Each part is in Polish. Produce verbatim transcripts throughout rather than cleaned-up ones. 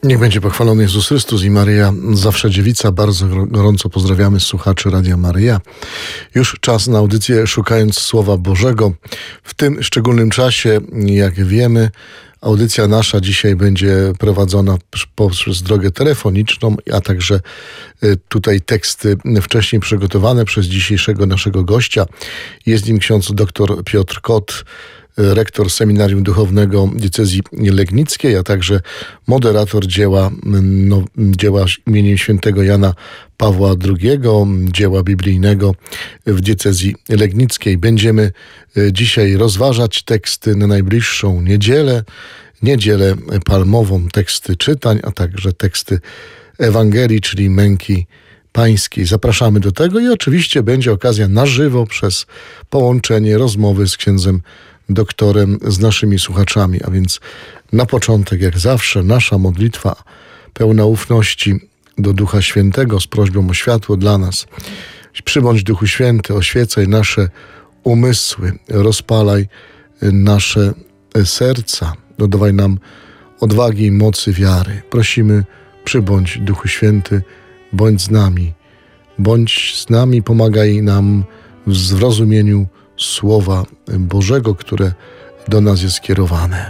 Niech będzie pochwalony Jezus Chrystus i Maryja, zawsze dziewica. Bardzo gorąco pozdrawiamy słuchaczy Radia Maryja. Już czas na audycję Szukając Słowa Bożego. W tym szczególnym czasie, jak wiemy, audycja nasza dzisiaj będzie prowadzona poprzez drogę telefoniczną, a także tutaj teksty wcześniej przygotowane przez dzisiejszego naszego gościa. Jest nim ksiądz dr Piotr Kot, rektor Seminarium Duchownego Diecezji Legnickiej, a także moderator dzieła, no, dzieła imieniem świętego Jana Pawła drugiego, dzieła biblijnego w Diecezji Legnickiej. Będziemy dzisiaj rozważać teksty na najbliższą niedzielę, niedzielę palmową, teksty czytań, a także teksty Ewangelii, czyli męki pańskiej. Zapraszamy do tego i oczywiście będzie okazja na żywo przez połączenie rozmowy z księdzem doktorem, z naszymi słuchaczami. A więc na początek, jak zawsze, nasza modlitwa pełna ufności do Ducha Świętego z prośbą o światło dla nas. Przybądź, Duchu Święty, oświecaj nasze umysły, rozpalaj nasze serca, dodawaj nam odwagi i mocy wiary. Prosimy, przybądź, Duchu Święty, bądź z nami. Bądź z nami, pomagaj nam w zrozumieniu Słowa Bożego, które do nas jest skierowane.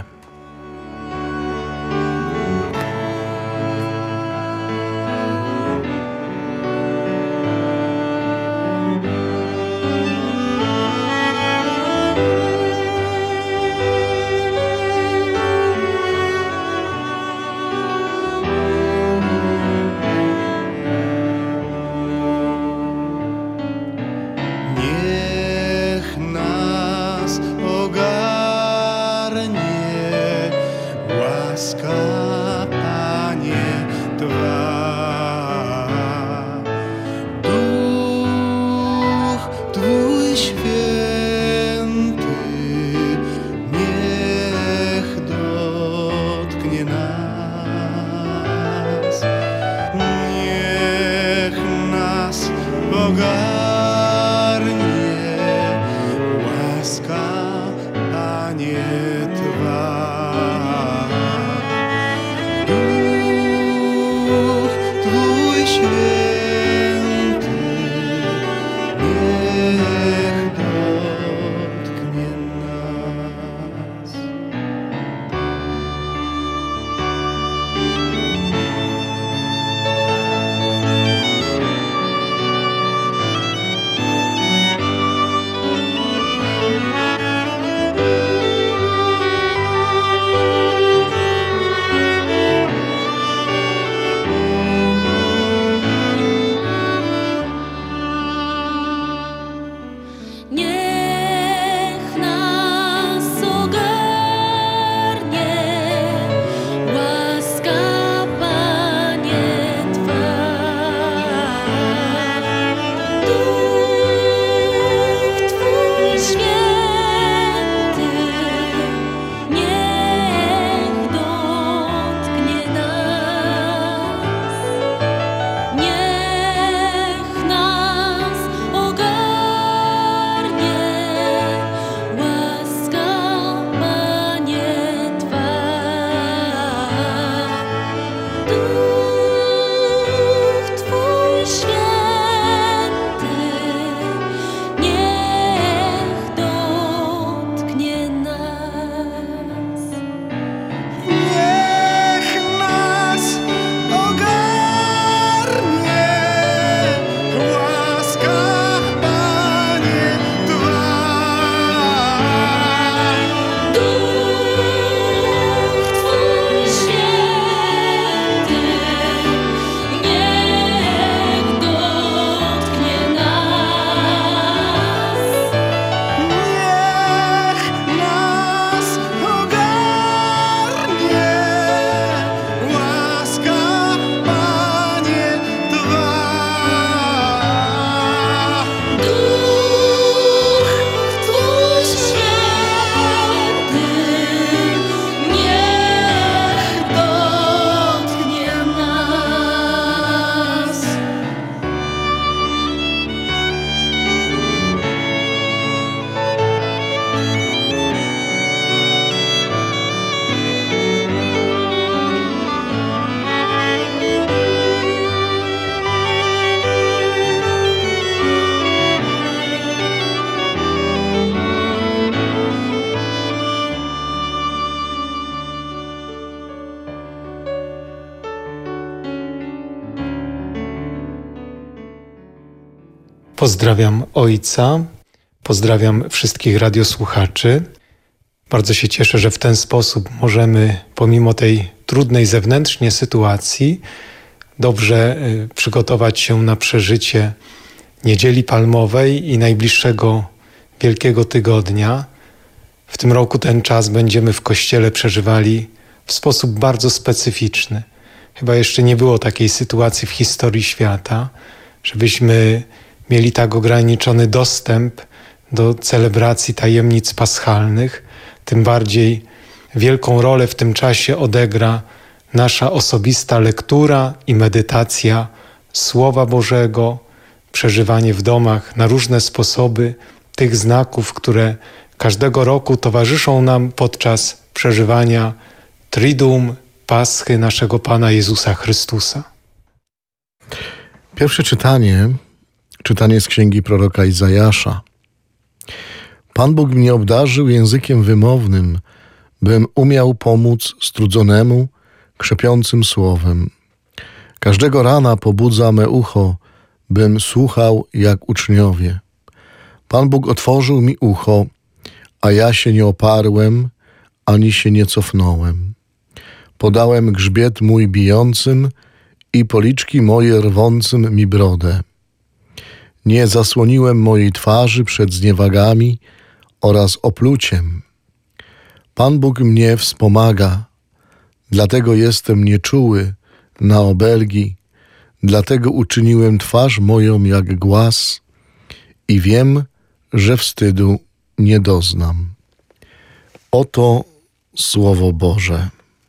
Pozdrawiam ojca, pozdrawiam wszystkich radiosłuchaczy. Bardzo się cieszę, że w ten sposób możemy, pomimo tej trudnej zewnętrznie sytuacji, dobrze przygotować się na przeżycie Niedzieli Palmowej i najbliższego Wielkiego Tygodnia. W tym roku ten czas będziemy w Kościele przeżywali w sposób bardzo specyficzny. Chyba jeszcze nie było takiej sytuacji w historii świata, żebyśmy mieli tak ograniczony dostęp do celebracji tajemnic paschalnych. Tym bardziej wielką rolę w tym czasie odegra nasza osobista lektura i medytacja Słowa Bożego, przeżywanie w domach na różne sposoby tych znaków, które każdego roku towarzyszą nam podczas przeżywania Triduum Paschy naszego Pana Jezusa Chrystusa. Pierwsze czytanie, czytanie z księgi proroka Izajasza. Pan Bóg mnie obdarzył językiem wymownym, bym umiał pomóc strudzonemu krzepiącym słowem. Każdego rana pobudza me ucho, bym słuchał jak uczniowie. Pan Bóg otworzył mi ucho, a ja się nie oparłem, ani się nie cofnąłem. Podałem grzbiet mój bijącym i policzki moje rwącym mi brodę. Nie zasłoniłem mojej twarzy przed zniewagami oraz opluciem. Pan Bóg mnie wspomaga, dlatego jestem nieczuły na obelgi, dlatego uczyniłem twarz moją jak głaz i wiem, że wstydu nie doznam. Oto Słowo Boże.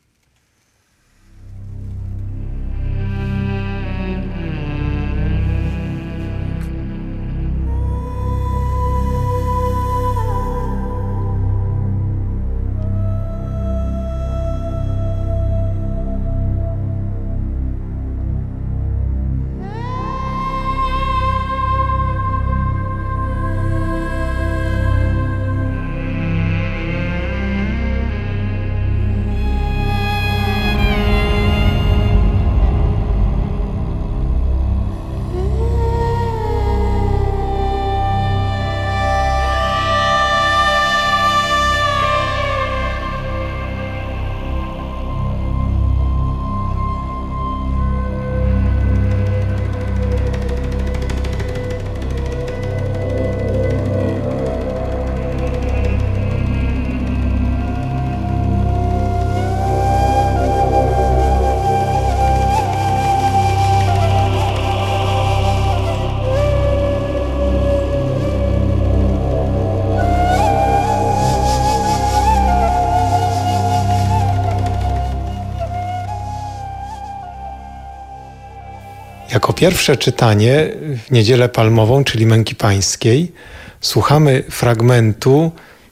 Jako pierwsze czytanie w Niedzielę Palmową, czyli Męki Pańskiej, słuchamy fragmentu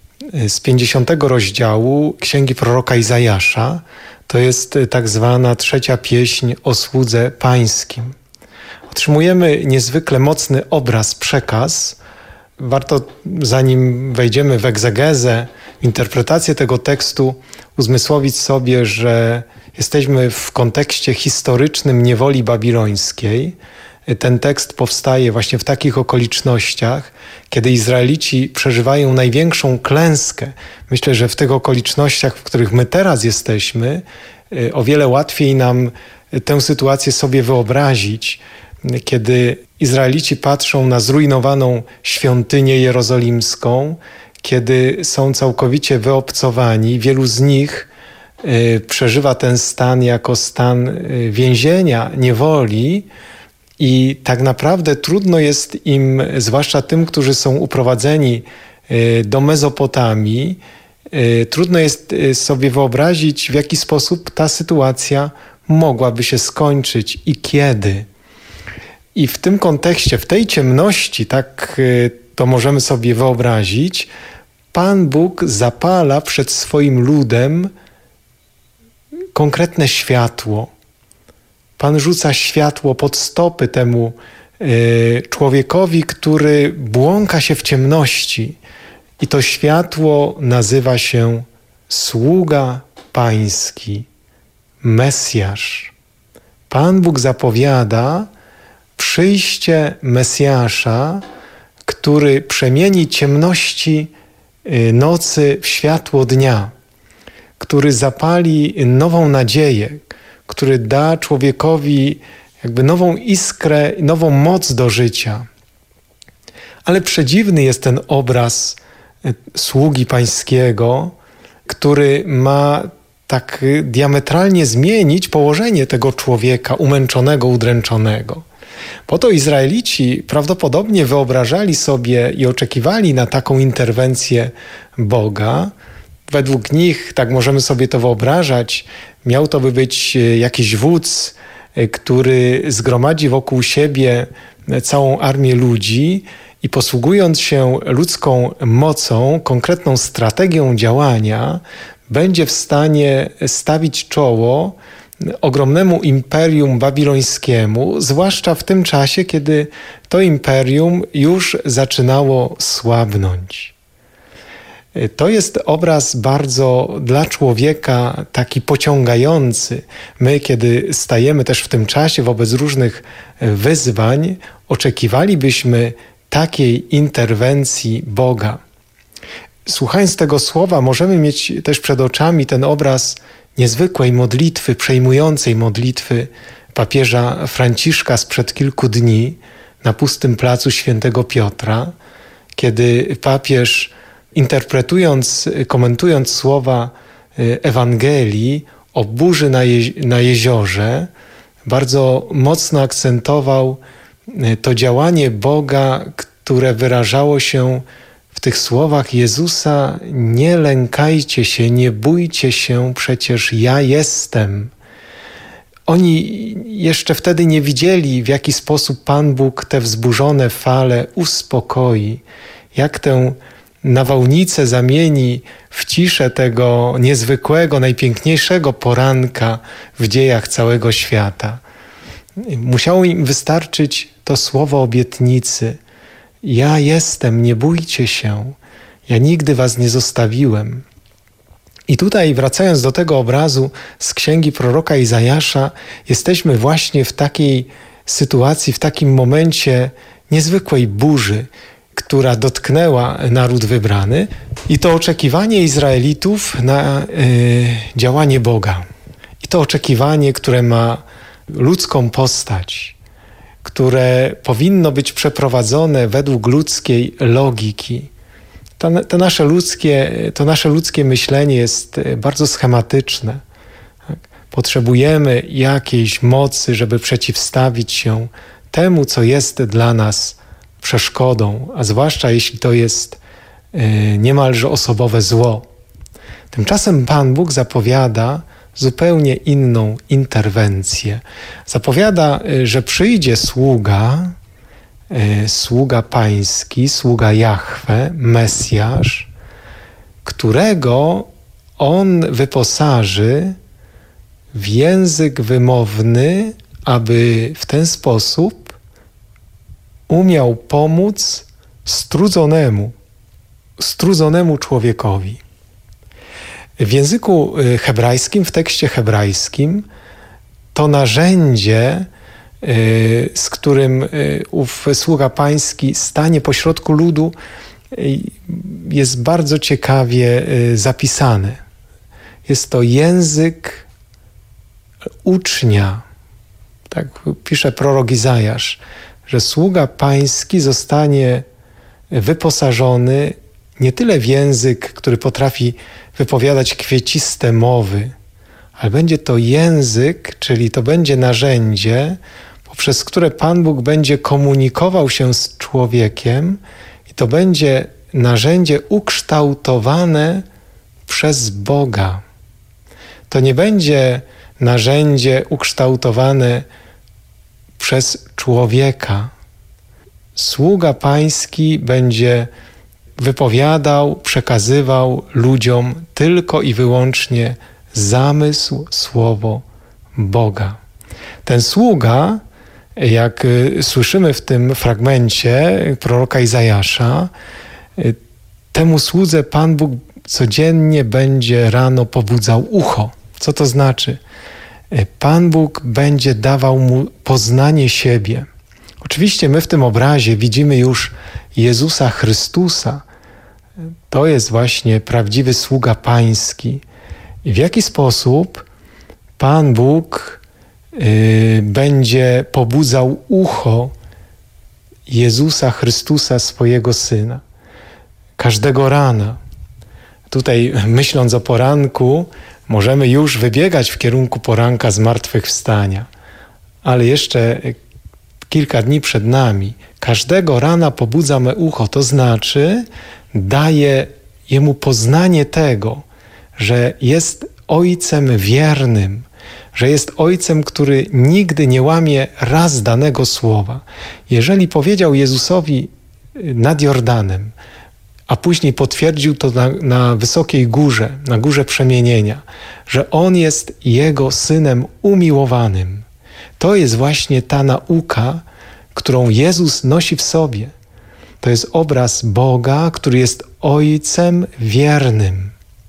z pięćdziesiątego rozdziału Księgi proroka Izajasza. To jest tak zwana trzecia pieśń o słudze pańskim. Otrzymujemy niezwykle mocny obraz, przekaz. Warto, zanim wejdziemy w egzegezę, w interpretację tego tekstu, uzmysłowić sobie, że jesteśmy w kontekście historycznym niewoli babilońskiej. Ten tekst powstaje właśnie w takich okolicznościach, kiedy Izraelici przeżywają największą klęskę. Myślę, że w tych okolicznościach, w których my teraz jesteśmy, o wiele łatwiej nam tę sytuację sobie wyobrazić, kiedy Izraelici patrzą na zrujnowaną świątynię jerozolimską, kiedy są całkowicie wyobcowani. Wielu z nich przeżywa ten stan jako stan więzienia, niewoli i tak naprawdę trudno jest im, zwłaszcza tym, którzy są uprowadzeni do Mezopotamii, trudno jest sobie wyobrazić, w jaki sposób ta sytuacja mogłaby się skończyć i kiedy. I w tym kontekście, w tej ciemności, tak to możemy sobie wyobrazić, Pan Bóg zapala przed swoim ludem konkretne światło. Pan rzuca światło pod stopy temu y, człowiekowi, który błąka się w ciemności. I to światło nazywa się sługa pański, Mesjasz. Pan Bóg zapowiada przyjście Mesjasza, który przemieni ciemności nocy w światło dnia, który zapali nową nadzieję, który da człowiekowi jakby nową iskrę, nową moc do życia. Ale przedziwny jest ten obraz sługi pańskiego, który ma tak diametralnie zmienić położenie tego człowieka umęczonego, udręczonego. Po to Izraelici prawdopodobnie wyobrażali sobie i oczekiwali na taką interwencję Boga. Według nich, tak możemy sobie to wyobrażać, miał to by być jakiś wódz, który zgromadzi wokół siebie całą armię ludzi i posługując się ludzką mocą, konkretną strategią działania, będzie w stanie stawić czoło ogromnemu imperium babilońskiemu, zwłaszcza w tym czasie, kiedy to imperium już zaczynało słabnąć. To jest obraz bardzo dla człowieka taki pociągający. My, kiedy stajemy też w tym czasie wobec różnych wyzwań, oczekiwalibyśmy takiej interwencji Boga. Słuchając tego słowa, możemy mieć też przed oczami ten obraz niezwykłej modlitwy, przejmującej modlitwy papieża Franciszka sprzed kilku dni na pustym placu Świętego Piotra, kiedy papież, interpretując, komentując słowa Ewangelii o burzy na, je, na jeziorze, bardzo mocno akcentował to działanie Boga, które wyrażało się w tych słowach Jezusa: nie lękajcie się, nie bójcie się, przecież ja jestem. Oni jeszcze wtedy nie widzieli, w jaki sposób Pan Bóg te wzburzone fale uspokoi, jak tę nawałnicę zamieni w ciszę tego niezwykłego, najpiękniejszego poranka w dziejach całego świata. Musiało im wystarczyć to słowo obietnicy: ja jestem, nie bójcie się, ja nigdy was nie zostawiłem. I tutaj, wracając do tego obrazu z księgi proroka Izajasza, jesteśmy właśnie w takiej sytuacji, w takim momencie niezwykłej burzy, która dotknęła naród wybrany, i to oczekiwanie Izraelitów na y, działanie Boga. I to oczekiwanie, które ma ludzką postać, które powinno być przeprowadzone według ludzkiej logiki. To, to, nasze, ludzkie, to nasze ludzkie myślenie jest bardzo schematyczne. Potrzebujemy jakiejś mocy, żeby przeciwstawić się temu, co jest dla nas przeszkodą, a zwłaszcza jeśli to jest niemalże osobowe zło. Tymczasem Pan Bóg zapowiada zupełnie inną interwencję. Zapowiada, że przyjdzie sługa, sługa pański, sługa Jahwe, Mesjasz, którego On wyposaży w język wymowny, aby w ten sposób umiał pomóc strudzonemu, strudzonemu człowiekowi. W języku hebrajskim, w tekście hebrajskim, to narzędzie, z którym ów sługa pański stanie pośrodku ludu, jest bardzo ciekawie zapisane. Jest to język ucznia. Tak pisze prorok Izajasz, że sługa pański zostanie wyposażony nie tyle w język, który potrafi wypowiadać kwieciste mowy, ale będzie to język, czyli to będzie narzędzie, poprzez które Pan Bóg będzie komunikował się z człowiekiem, i to będzie narzędzie ukształtowane przez Boga. To nie będzie narzędzie ukształtowane przez człowieka. Sługa pański będzie wypowiadał, przekazywał ludziom tylko i wyłącznie zamysł, słowo Boga. Ten sługa, jak słyszymy w tym fragmencie proroka Izajasza, temu słudze Pan Bóg codziennie będzie rano pobudzał ucho. Co to znaczy? Pan Bóg będzie dawał mu poznanie siebie. Oczywiście my w tym obrazie widzimy już Jezusa Chrystusa. To jest właśnie prawdziwy sługa pański. I w jaki sposób Pan Bóg y, będzie pobudzał ucho Jezusa Chrystusa, swojego Syna. Każdego rana. Tutaj myśląc o poranku, możemy już wybiegać w kierunku poranka zmartwychwstania. Ale jeszcze kilka dni przed nami. Każdego rana pobudza me ucho, to znaczy daje Jemu poznanie tego, że jest Ojcem wiernym, że jest Ojcem, który nigdy nie łamie raz danego słowa. Jeżeli powiedział Jezusowi nad Jordanem, a później potwierdził to na, na wysokiej górze, na górze przemienienia, że On jest Jego Synem umiłowanym. To jest właśnie ta nauka, którą Jezus nosi w sobie. To jest obraz Boga, który jest Ojcem wiernym.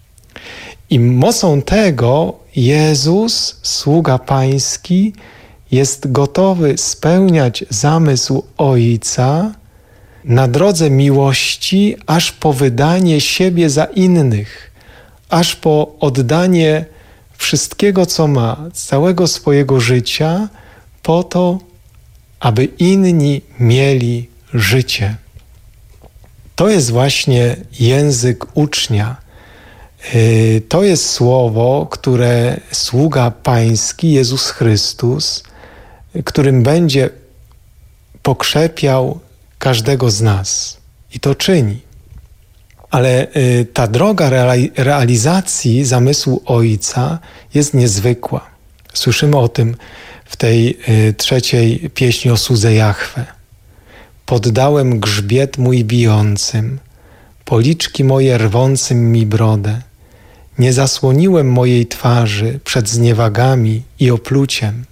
I mocą tego Jezus, sługa pański, jest gotowy spełniać zamysł Ojca na drodze miłości, aż po wydanie siebie za innych, aż po oddanie wszystkiego, co ma, całego swojego życia, po to, aby inni mieli życie. To jest właśnie język ucznia. To jest słowo, które sługa pański, Jezus Chrystus, którym będzie pokrzepiał każdego z nas. I to czyni. Ale ta droga realizacji zamysłu Ojca jest niezwykła. Słyszymy o tym w tej trzeciej pieśni o słudze Jahwe. Poddałem grzbiet mój bijącym, policzki moje rwącym mi brodę. Nie zasłoniłem mojej twarzy przed zniewagami i opluciem.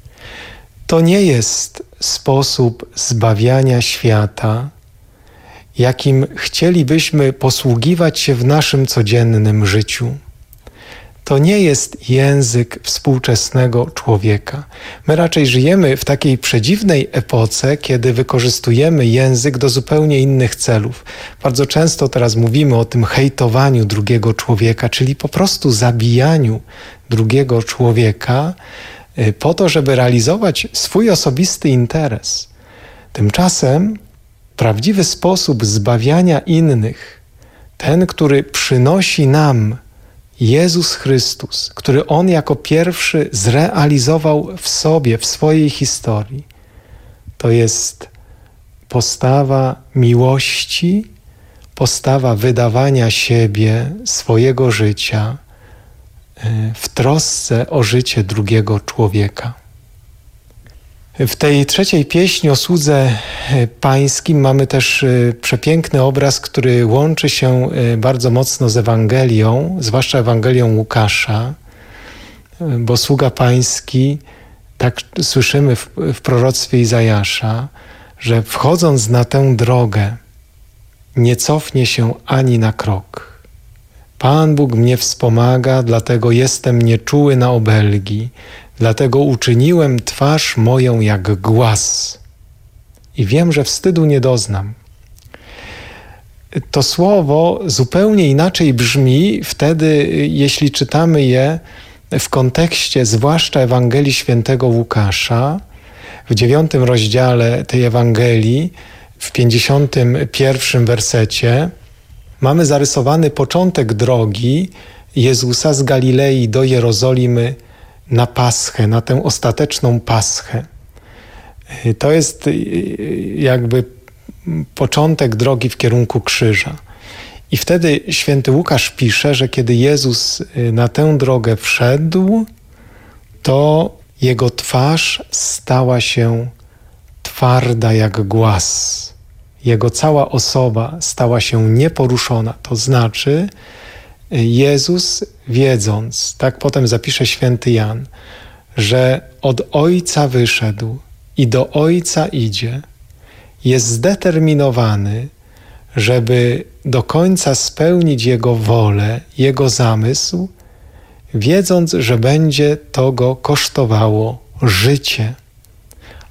To nie jest sposób zbawiania świata, jakim chcielibyśmy posługiwać się w naszym codziennym życiu. To nie jest język współczesnego człowieka. My raczej żyjemy w takiej przedziwnej epoce, kiedy wykorzystujemy język do zupełnie innych celów. Bardzo często teraz mówimy o tym hejtowaniu drugiego człowieka, czyli po prostu zabijaniu drugiego człowieka po to, żeby realizować swój osobisty interes. Tymczasem prawdziwy sposób zbawiania innych, ten, który przynosi nam Jezus Chrystus, który On jako pierwszy zrealizował w sobie, w swojej historii, to jest postawa miłości, postawa wydawania siebie, swojego życia w trosce o życie drugiego człowieka. W tej trzeciej pieśni o słudze pańskim mamy też przepiękny obraz, który łączy się bardzo mocno z Ewangelią, zwłaszcza Ewangelią Łukasza, bo sługa pański, tak słyszymy w, w proroctwie Izajasza, że wchodząc na tę drogę nie cofnie się ani na krok. Pan Bóg mnie wspomaga, dlatego jestem nieczuły na obelgi. Dlatego uczyniłem twarz moją jak głaz i wiem, że wstydu nie doznam. To słowo zupełnie inaczej brzmi wtedy, jeśli czytamy je w kontekście zwłaszcza Ewangelii Świętego Łukasza. W dziewiątym rozdziale tej Ewangelii, w pięćdziesiątym pierwszym wersecie, mamy zarysowany początek drogi Jezusa z Galilei do Jerozolimy na Paschę, na tę ostateczną Paschę. To jest jakby początek drogi w kierunku krzyża. I wtedy święty Łukasz pisze, że kiedy Jezus na tę drogę wszedł, to Jego twarz stała się twarda jak głaz. Jego cała osoba stała się nieporuszona. To znaczy Jezus, wiedząc, tak potem zapisze święty Jan, że od Ojca wyszedł i do Ojca idzie, jest zdeterminowany, żeby do końca spełnić Jego wolę, Jego zamysł, wiedząc, że będzie to go kosztowało życie.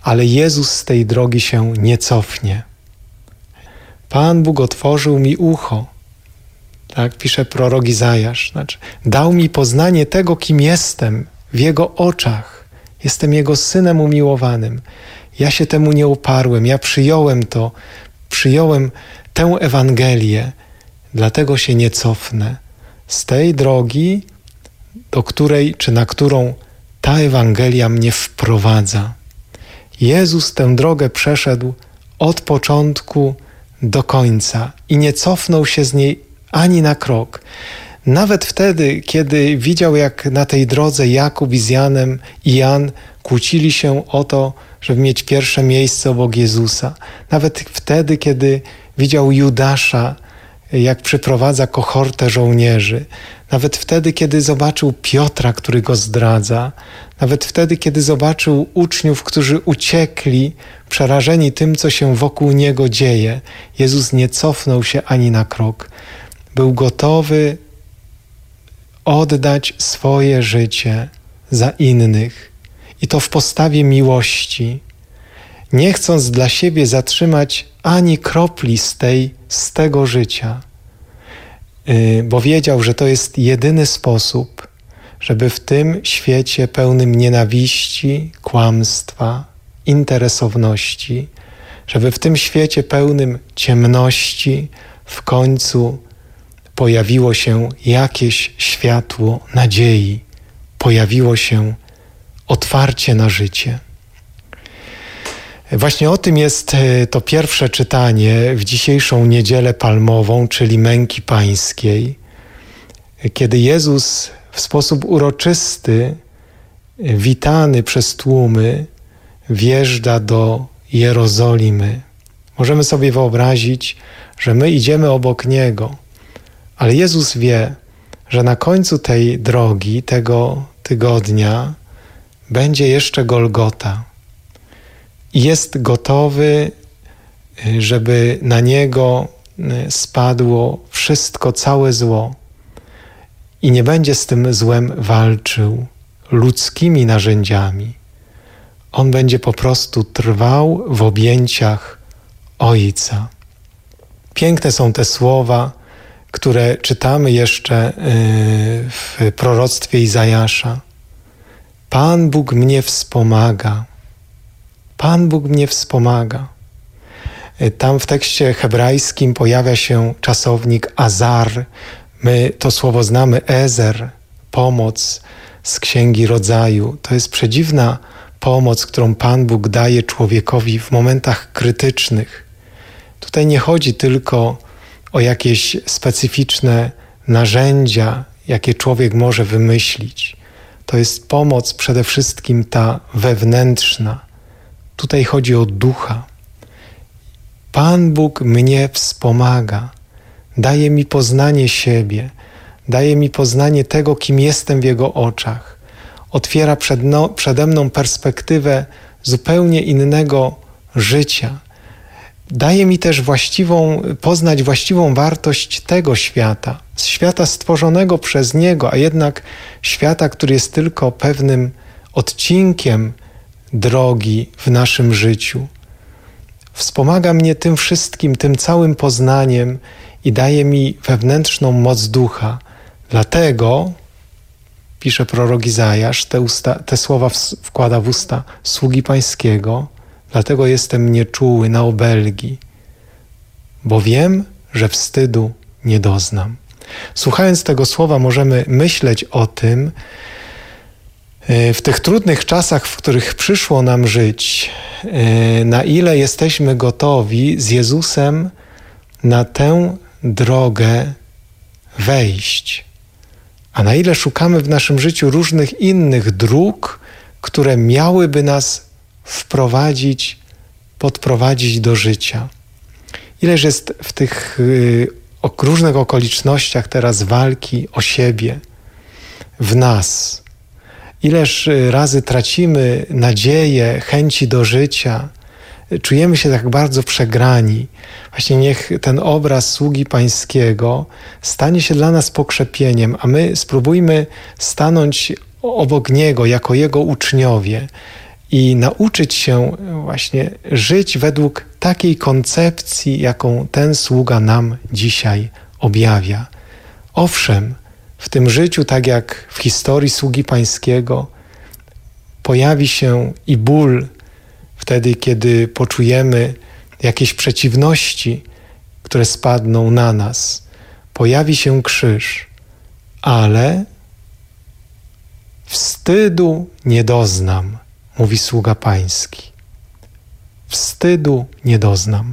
ale Jezus z tej drogi się nie cofnie. Pan Bóg otworzył mi ucho, tak pisze prorok Izajasz, znaczy dał mi poznanie tego, kim jestem w Jego oczach. Jestem Jego Synem umiłowanym. Ja się temu nie uparłem, ja przyjąłem to, przyjąłem tę Ewangelię, dlatego się nie cofnę. Z tej drogi, do której, czy na którą ta Ewangelia mnie wprowadza. Jezus tę drogę przeszedł od początku do końca i nie cofnął się z niej ani na krok. Nawet wtedy, kiedy widział, jak na tej drodze Jakub i z Janem i Jan kłócili się o to, żeby mieć pierwsze miejsce obok Jezusa. Nawet wtedy, kiedy widział Judasza, jak przyprowadza kohortę żołnierzy. Nawet wtedy, kiedy zobaczył Piotra, który go zdradza. Nawet wtedy, kiedy zobaczył uczniów, którzy uciekli, przerażeni tym, co się wokół niego dzieje. Jezus nie cofnął się ani na krok. Był gotowy oddać swoje życie za innych. I to w postawie miłości. Nie chcąc dla siebie zatrzymać ani kropli z, tej, z tego życia. Yy, bo wiedział, że to jest jedyny sposób, żeby w tym świecie pełnym nienawiści, kłamstwa, interesowności, żeby w tym świecie pełnym ciemności w końcu pojawiło się jakieś światło nadziei, pojawiło się otwarcie na życie. Właśnie o tym jest to pierwsze czytanie w dzisiejszą Niedzielę Palmową, czyli Męki Pańskiej, kiedy Jezus w sposób uroczysty, witany przez tłumy, wjeżdża do Jerozolimy. Możemy sobie wyobrazić, że my idziemy obok Niego, ale Jezus wie, że na końcu tej drogi, tego tygodnia będzie jeszcze Golgota. I jest gotowy, żeby na Niego spadło wszystko, całe zło. I nie będzie z tym złem walczył ludzkimi narzędziami. On będzie po prostu trwał w objęciach Ojca. Piękne są te słowa, które czytamy jeszcze w proroctwie Izajasza. Pan Bóg mnie wspomaga. Pan Bóg mnie wspomaga. Tam w tekście hebrajskim pojawia się czasownik azar. My to słowo znamy, ezer, pomoc z Księgi Rodzaju. To jest przedziwna pomoc, którą Pan Bóg daje człowiekowi w momentach krytycznych. Tutaj nie chodzi tylko o jakieś specyficzne narzędzia, jakie człowiek może wymyślić. To jest pomoc przede wszystkim ta wewnętrzna. Tutaj chodzi o ducha. Pan Bóg mnie wspomaga, daje mi poznanie siebie, daje mi poznanie tego, kim jestem w Jego oczach. Otwiera przed no, przede mną perspektywę zupełnie innego życia. Daje mi też właściwą, poznać właściwą wartość tego świata, świata stworzonego przez Niego, a jednak świata, który jest tylko pewnym odcinkiem drogi w naszym życiu. Wspomaga mnie tym wszystkim, tym całym poznaniem i daje mi wewnętrzną moc ducha. Dlatego, pisze prorok Izajasz, te, usta, te słowa wkłada w usta sługi Pańskiego, dlatego jestem nieczuły na obelgi, bo wiem, że wstydu nie doznam. Słuchając tego słowa możemy myśleć o tym, w tych trudnych czasach, w których przyszło nam żyć, na ile jesteśmy gotowi z Jezusem na tę drogę wejść, a na ile szukamy w naszym życiu różnych innych dróg, które miałyby nas wprowadzić, podprowadzić do życia. Ileż jest w tych różnych okolicznościach teraz walki o siebie, w nas. Ileż razy tracimy nadzieję, chęci do życia, czujemy się tak bardzo przegrani. Właśnie niech ten obraz sługi Pańskiego stanie się dla nas pokrzepieniem, a my spróbujmy stanąć obok Niego jako Jego uczniowie i nauczyć się właśnie żyć według takiej koncepcji, jaką ten sługa nam dzisiaj objawia. Owszem, w tym życiu, tak jak w historii sługi pańskiego, pojawi się i ból wtedy, kiedy poczujemy jakieś przeciwności, które spadną na nas. Pojawi się krzyż, ale wstydu nie doznam, mówi sługa pański. Wstydu nie doznam.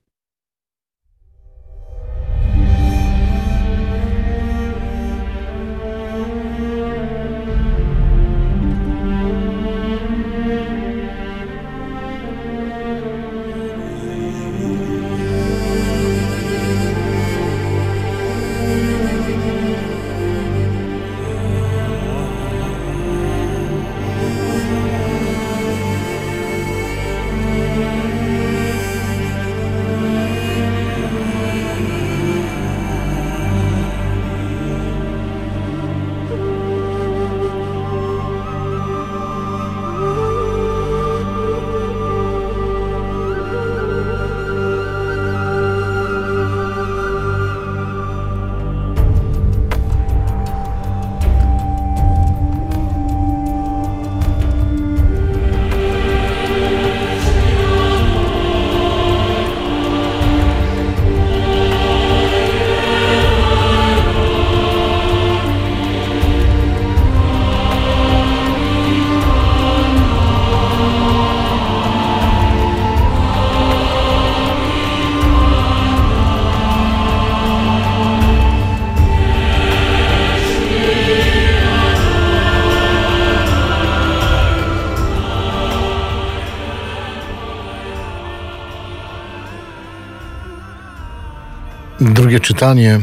Drugie czytanie,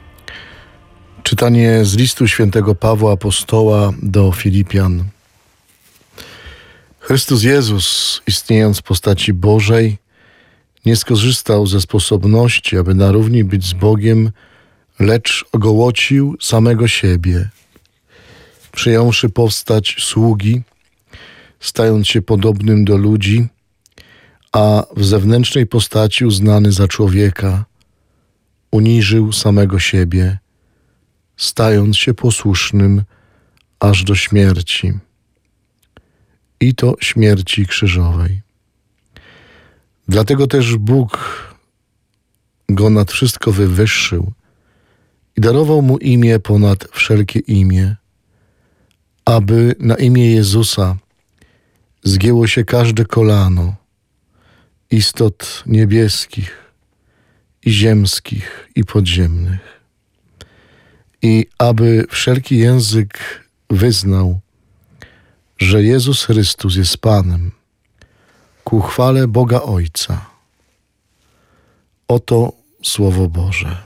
czytanie z listu świętego Pawła Apostoła do Filipian. Chrystus Jezus, istniejąc w postaci Bożej, nie skorzystał ze sposobności, aby na równi być z Bogiem, lecz ogołocił samego siebie, przyjąwszy postać sługi, stając się podobnym do ludzi, a w zewnętrznej postaci uznany za człowieka, uniżył samego siebie, stając się posłusznym aż do śmierci, i to śmierci krzyżowej. Dlatego też Bóg go nad wszystko wywyższył i darował mu imię ponad wszelkie imię, aby na imię Jezusa zgięło się każde kolano istot niebieskich i ziemskich i podziemnych, i aby wszelki język wyznał, że Jezus Chrystus jest Panem, ku chwale Boga Ojca. Oto Słowo Boże.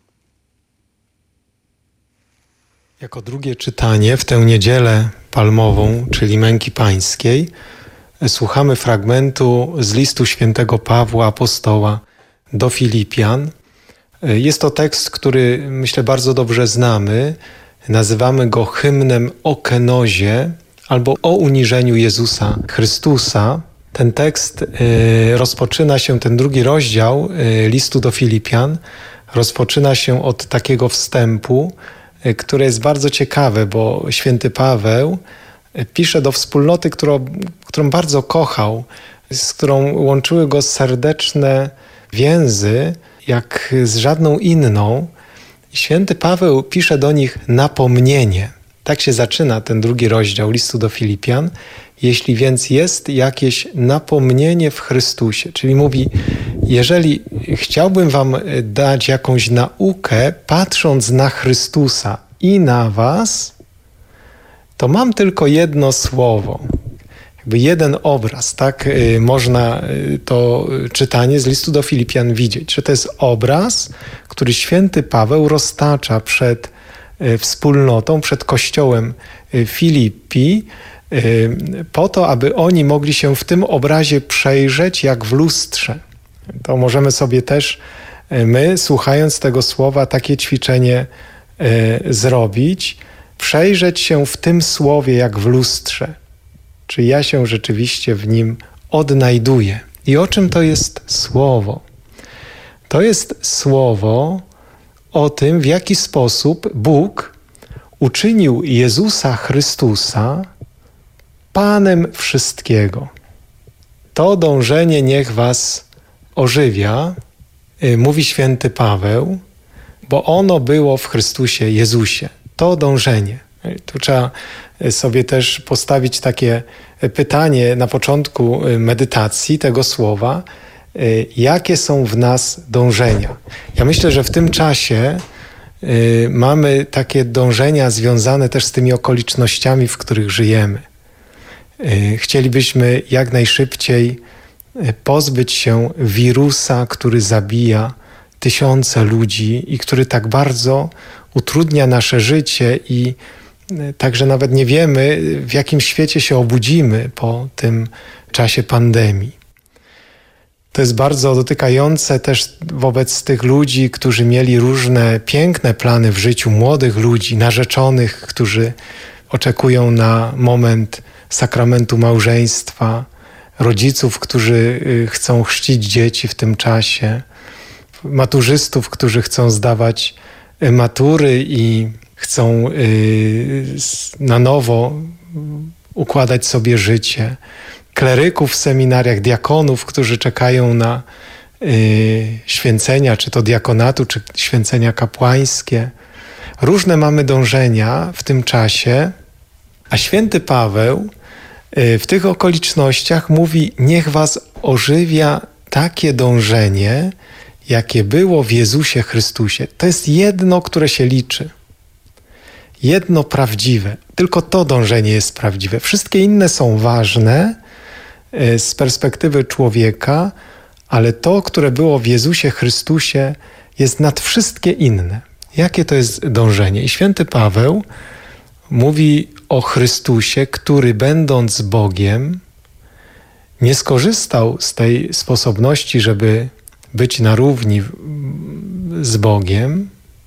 Jako drugie czytanie w tę niedzielę palmową, czyli Męki Pańskiej, słuchamy fragmentu z listu świętego Pawła Apostoła do Filipian. Jest to tekst, który myślę bardzo dobrze znamy. Nazywamy go hymnem o kenozie albo o uniżeniu Jezusa Chrystusa. Ten tekst y, rozpoczyna się, ten drugi rozdział y, listu do Filipian rozpoczyna się od takiego wstępu, y, które jest bardzo ciekawe, bo święty Paweł y, pisze do wspólnoty, którą, którą bardzo kochał, z którą łączyły go serdeczne więzy, jak z żadną inną. Święty Paweł pisze do nich napomnienie. Tak się zaczyna ten drugi rozdział listu do Filipian. Jeśli więc jest jakieś napomnienie w Chrystusie, czyli mówi, jeżeli chciałbym wam dać jakąś naukę, patrząc na Chrystusa i na was, to mam tylko jedno słowo, jakby jeden obraz, tak można to czytanie z listu do Filipian widzieć, że to jest obraz, który święty Paweł roztacza przed wspólnotą, przed kościołem Filipi, po to, aby oni mogli się w tym obrazie przejrzeć jak w lustrze. To możemy sobie też my, słuchając tego słowa, takie ćwiczenie zrobić, przejrzeć się w tym słowie jak w lustrze. Czy ja się rzeczywiście w nim odnajduję? I o czym to jest słowo? To jest słowo o tym, w jaki sposób Bóg uczynił Jezusa Chrystusa Panem wszystkiego. To dążenie niech was ożywia, mówi święty Paweł, bo ono było w Chrystusie Jezusie. To dążenie. Tu trzeba sobie też postawić takie pytanie na początku medytacji tego słowa, jakie są w nas dążenia. Ja myślę, że w tym czasie mamy takie dążenia związane też z tymi okolicznościami, w których żyjemy. Chcielibyśmy jak najszybciej pozbyć się wirusa, który zabija tysiące ludzi i który tak bardzo utrudnia nasze życie i także nawet nie wiemy, w jakim świecie się obudzimy po tym czasie pandemii. To jest bardzo dotykające też wobec tych ludzi, którzy mieli różne piękne plany w życiu, młodych ludzi, narzeczonych, którzy oczekują na moment sakramentu małżeństwa, rodziców, którzy chcą chrzcić dzieci w tym czasie, maturzystów, którzy chcą zdawać matury i chcą na nowo układać sobie życie, kleryków w seminariach, diakonów, którzy czekają na święcenia, czy to diakonatu, czy święcenia kapłańskie. Różne mamy dążenia w tym czasie, a święty Paweł w tych okolicznościach mówi: niech was ożywia takie dążenie, jakie było w Jezusie Chrystusie. To jest jedno, które się liczy. Jedno prawdziwe. Tylko to dążenie jest prawdziwe. Wszystkie inne są ważne z perspektywy człowieka, ale to, które było w Jezusie Chrystusie, jest nad wszystkie inne. Jakie to jest dążenie? I święty Paweł mówi o Chrystusie, który będąc Bogiem nie skorzystał z tej sposobności, żeby być na równi z Bogiem,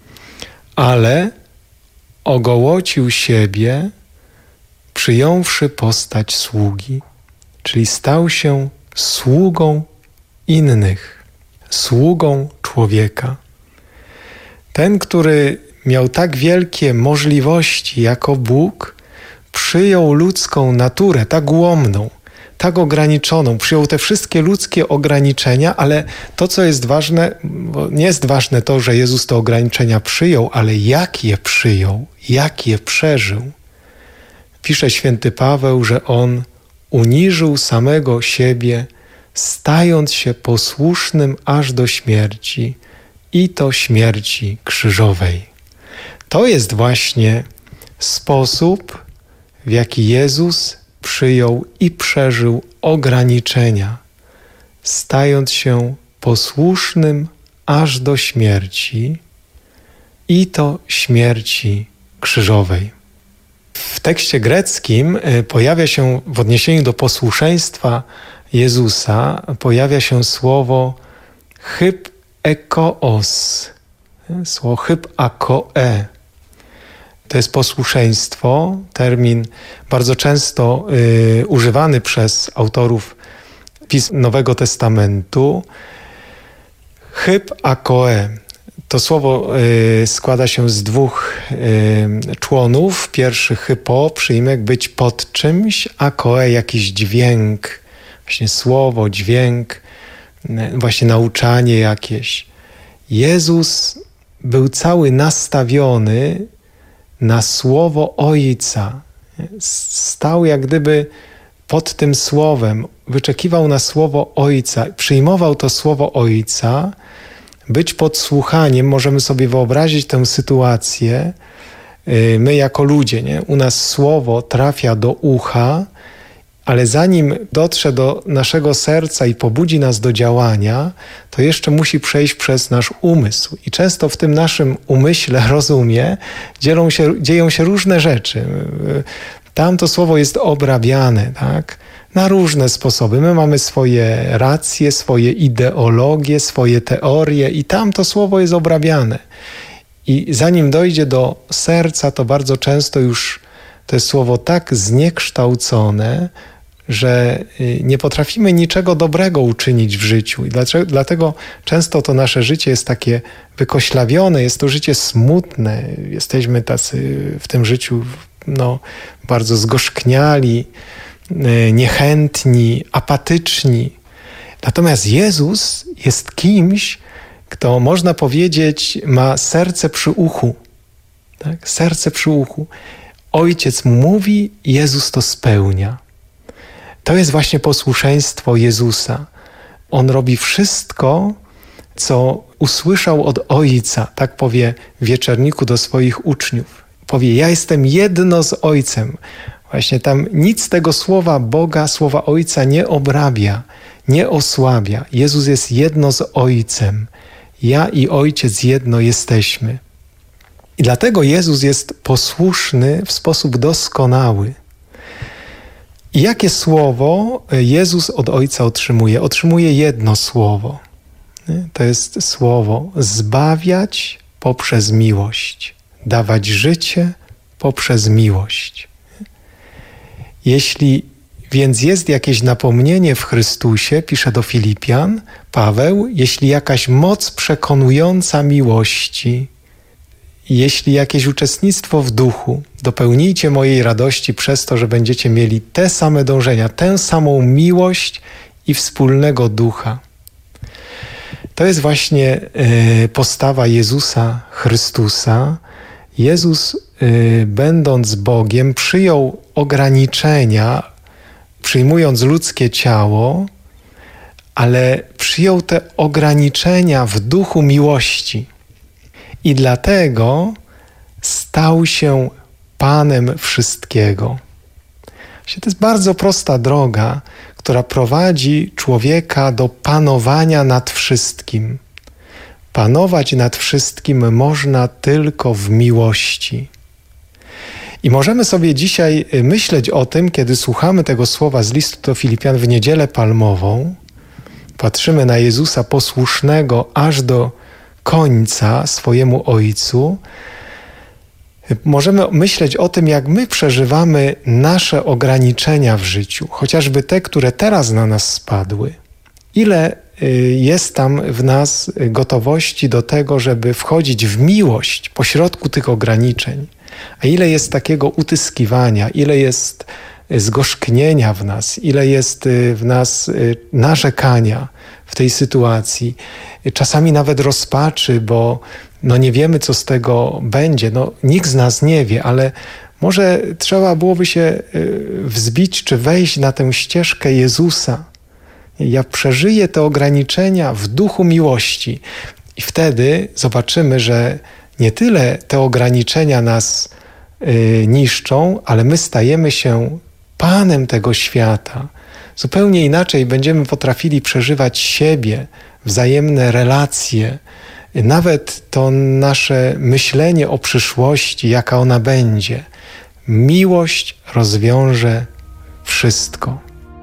ale ogołocił siebie, przyjąwszy postać sługi, czyli stał się sługą innych, sługą człowieka. Ten, który miał tak wielkie możliwości jako Bóg, przyjął ludzką naturę, tak ułomną, tak ograniczoną, przyjął te wszystkie ludzkie ograniczenia, ale to, co jest ważne, bo nie jest ważne to, że Jezus te ograniczenia przyjął, ale jak je przyjął, jak je przeżył. Pisze święty Paweł, że On uniżył samego siebie, stając się posłusznym aż do śmierci, i to śmierci krzyżowej. To jest właśnie sposób, w jaki Jezus przyjął i przeżył ograniczenia, stając się posłusznym aż do śmierci, i to śmierci krzyżowej. W tekście greckim pojawia się w odniesieniu do posłuszeństwa Jezusa pojawia się słowo hypekoos, słowo hypakoe. To jest posłuszeństwo, termin bardzo często y, używany przez autorów pism Nowego Testamentu. Hypakoe. To słowo y, składa się z dwóch y, członów. Pierwszy hypo, przyjmek, być pod czymś, a koe, jakiś dźwięk, właśnie słowo, dźwięk, y, właśnie nauczanie jakieś. Jezus był cały nastawiony na słowo Ojca. Stał jak gdyby pod tym słowem, wyczekiwał na słowo Ojca, przyjmował to słowo Ojca. Być pod słuchaniem, możemy sobie wyobrazić tę sytuację, my jako ludzie, nie? U nas słowo trafia do ucha, ale zanim dotrze do naszego serca i pobudzi nas do działania, to jeszcze musi przejść przez nasz umysł. I często w tym naszym umyśle, rozumie, dzielą się, dzieją się różne rzeczy. Tam to słowo jest obrabiane, tak? Na różne sposoby. My mamy swoje racje, swoje ideologie, swoje teorie i tam to słowo jest obrabiane. I zanim dojdzie do serca, to bardzo często już to jest słowo tak zniekształcone, że nie potrafimy niczego dobrego uczynić w życiu i dlatego często to nasze życie jest takie wykoślawione, jest to życie smutne, jesteśmy tacy w tym życiu no, bardzo zgorzkniali, niechętni, apatyczni. Natomiast Jezus jest kimś, kto można powiedzieć ma serce przy uchu. Tak? Serce przy uchu. Ojciec mu mówi, Jezus to spełnia. To jest właśnie posłuszeństwo Jezusa. On robi wszystko, co usłyszał od Ojca. Tak powie w wieczerniku do swoich uczniów. Powie, ja jestem jedno z Ojcem. Właśnie tam nic tego słowa Boga, słowa Ojca nie obrabia, nie osłabia. Jezus jest jedno z Ojcem. Ja i Ojciec jedno jesteśmy. I dlatego Jezus jest posłuszny w sposób doskonały. I jakie słowo Jezus od Ojca otrzymuje? Otrzymuje jedno słowo. To jest słowo zbawiać poprzez miłość, dawać życie poprzez miłość. Jeśli więc jest jakieś napomnienie w Chrystusie, pisze do Filipian Paweł, jeśli jakaś moc przekonująca miłości, jeśli jakieś uczestnictwo w duchu, dopełnijcie mojej radości przez to, że będziecie mieli te same dążenia, tę samą miłość i wspólnego ducha. To jest właśnie y, postawa Jezusa Chrystusa. Jezus, y, będąc Bogiem, przyjął ograniczenia, przyjmując ludzkie ciało, ale przyjął te ograniczenia w duchu miłości. I dlatego stał się Panem wszystkiego. To jest bardzo prosta droga, która prowadzi człowieka do panowania nad wszystkim. Panować nad wszystkim można tylko w miłości. I możemy sobie dzisiaj myśleć o tym, kiedy słuchamy tego słowa z listu do Filipian w Niedzielę Palmową, patrzymy na Jezusa posłusznego aż do końca swojemu Ojcu, możemy myśleć o tym, jak my przeżywamy nasze ograniczenia w życiu, chociażby te, które teraz na nas spadły. Ile jest tam w nas gotowości do tego, żeby wchodzić w miłość pośrodku tych ograniczeń, a ile jest takiego utyskiwania, ile jest zgorzknienia w nas, ile jest w nas narzekania w tej sytuacji, czasami nawet rozpaczy, bo no nie wiemy, co z tego będzie. No, nikt z nas nie wie, ale może trzeba byłoby się wzbić czy wejść na tę ścieżkę Jezusa. Ja przeżyję te ograniczenia w duchu miłości i wtedy zobaczymy, że nie tyle te ograniczenia nas y, niszczą, ale my stajemy się Panem tego świata. Zupełnie inaczej będziemy potrafili przeżywać siebie, wzajemne relacje, nawet to nasze myślenie o przyszłości, jaka ona będzie. Miłość rozwiąże wszystko.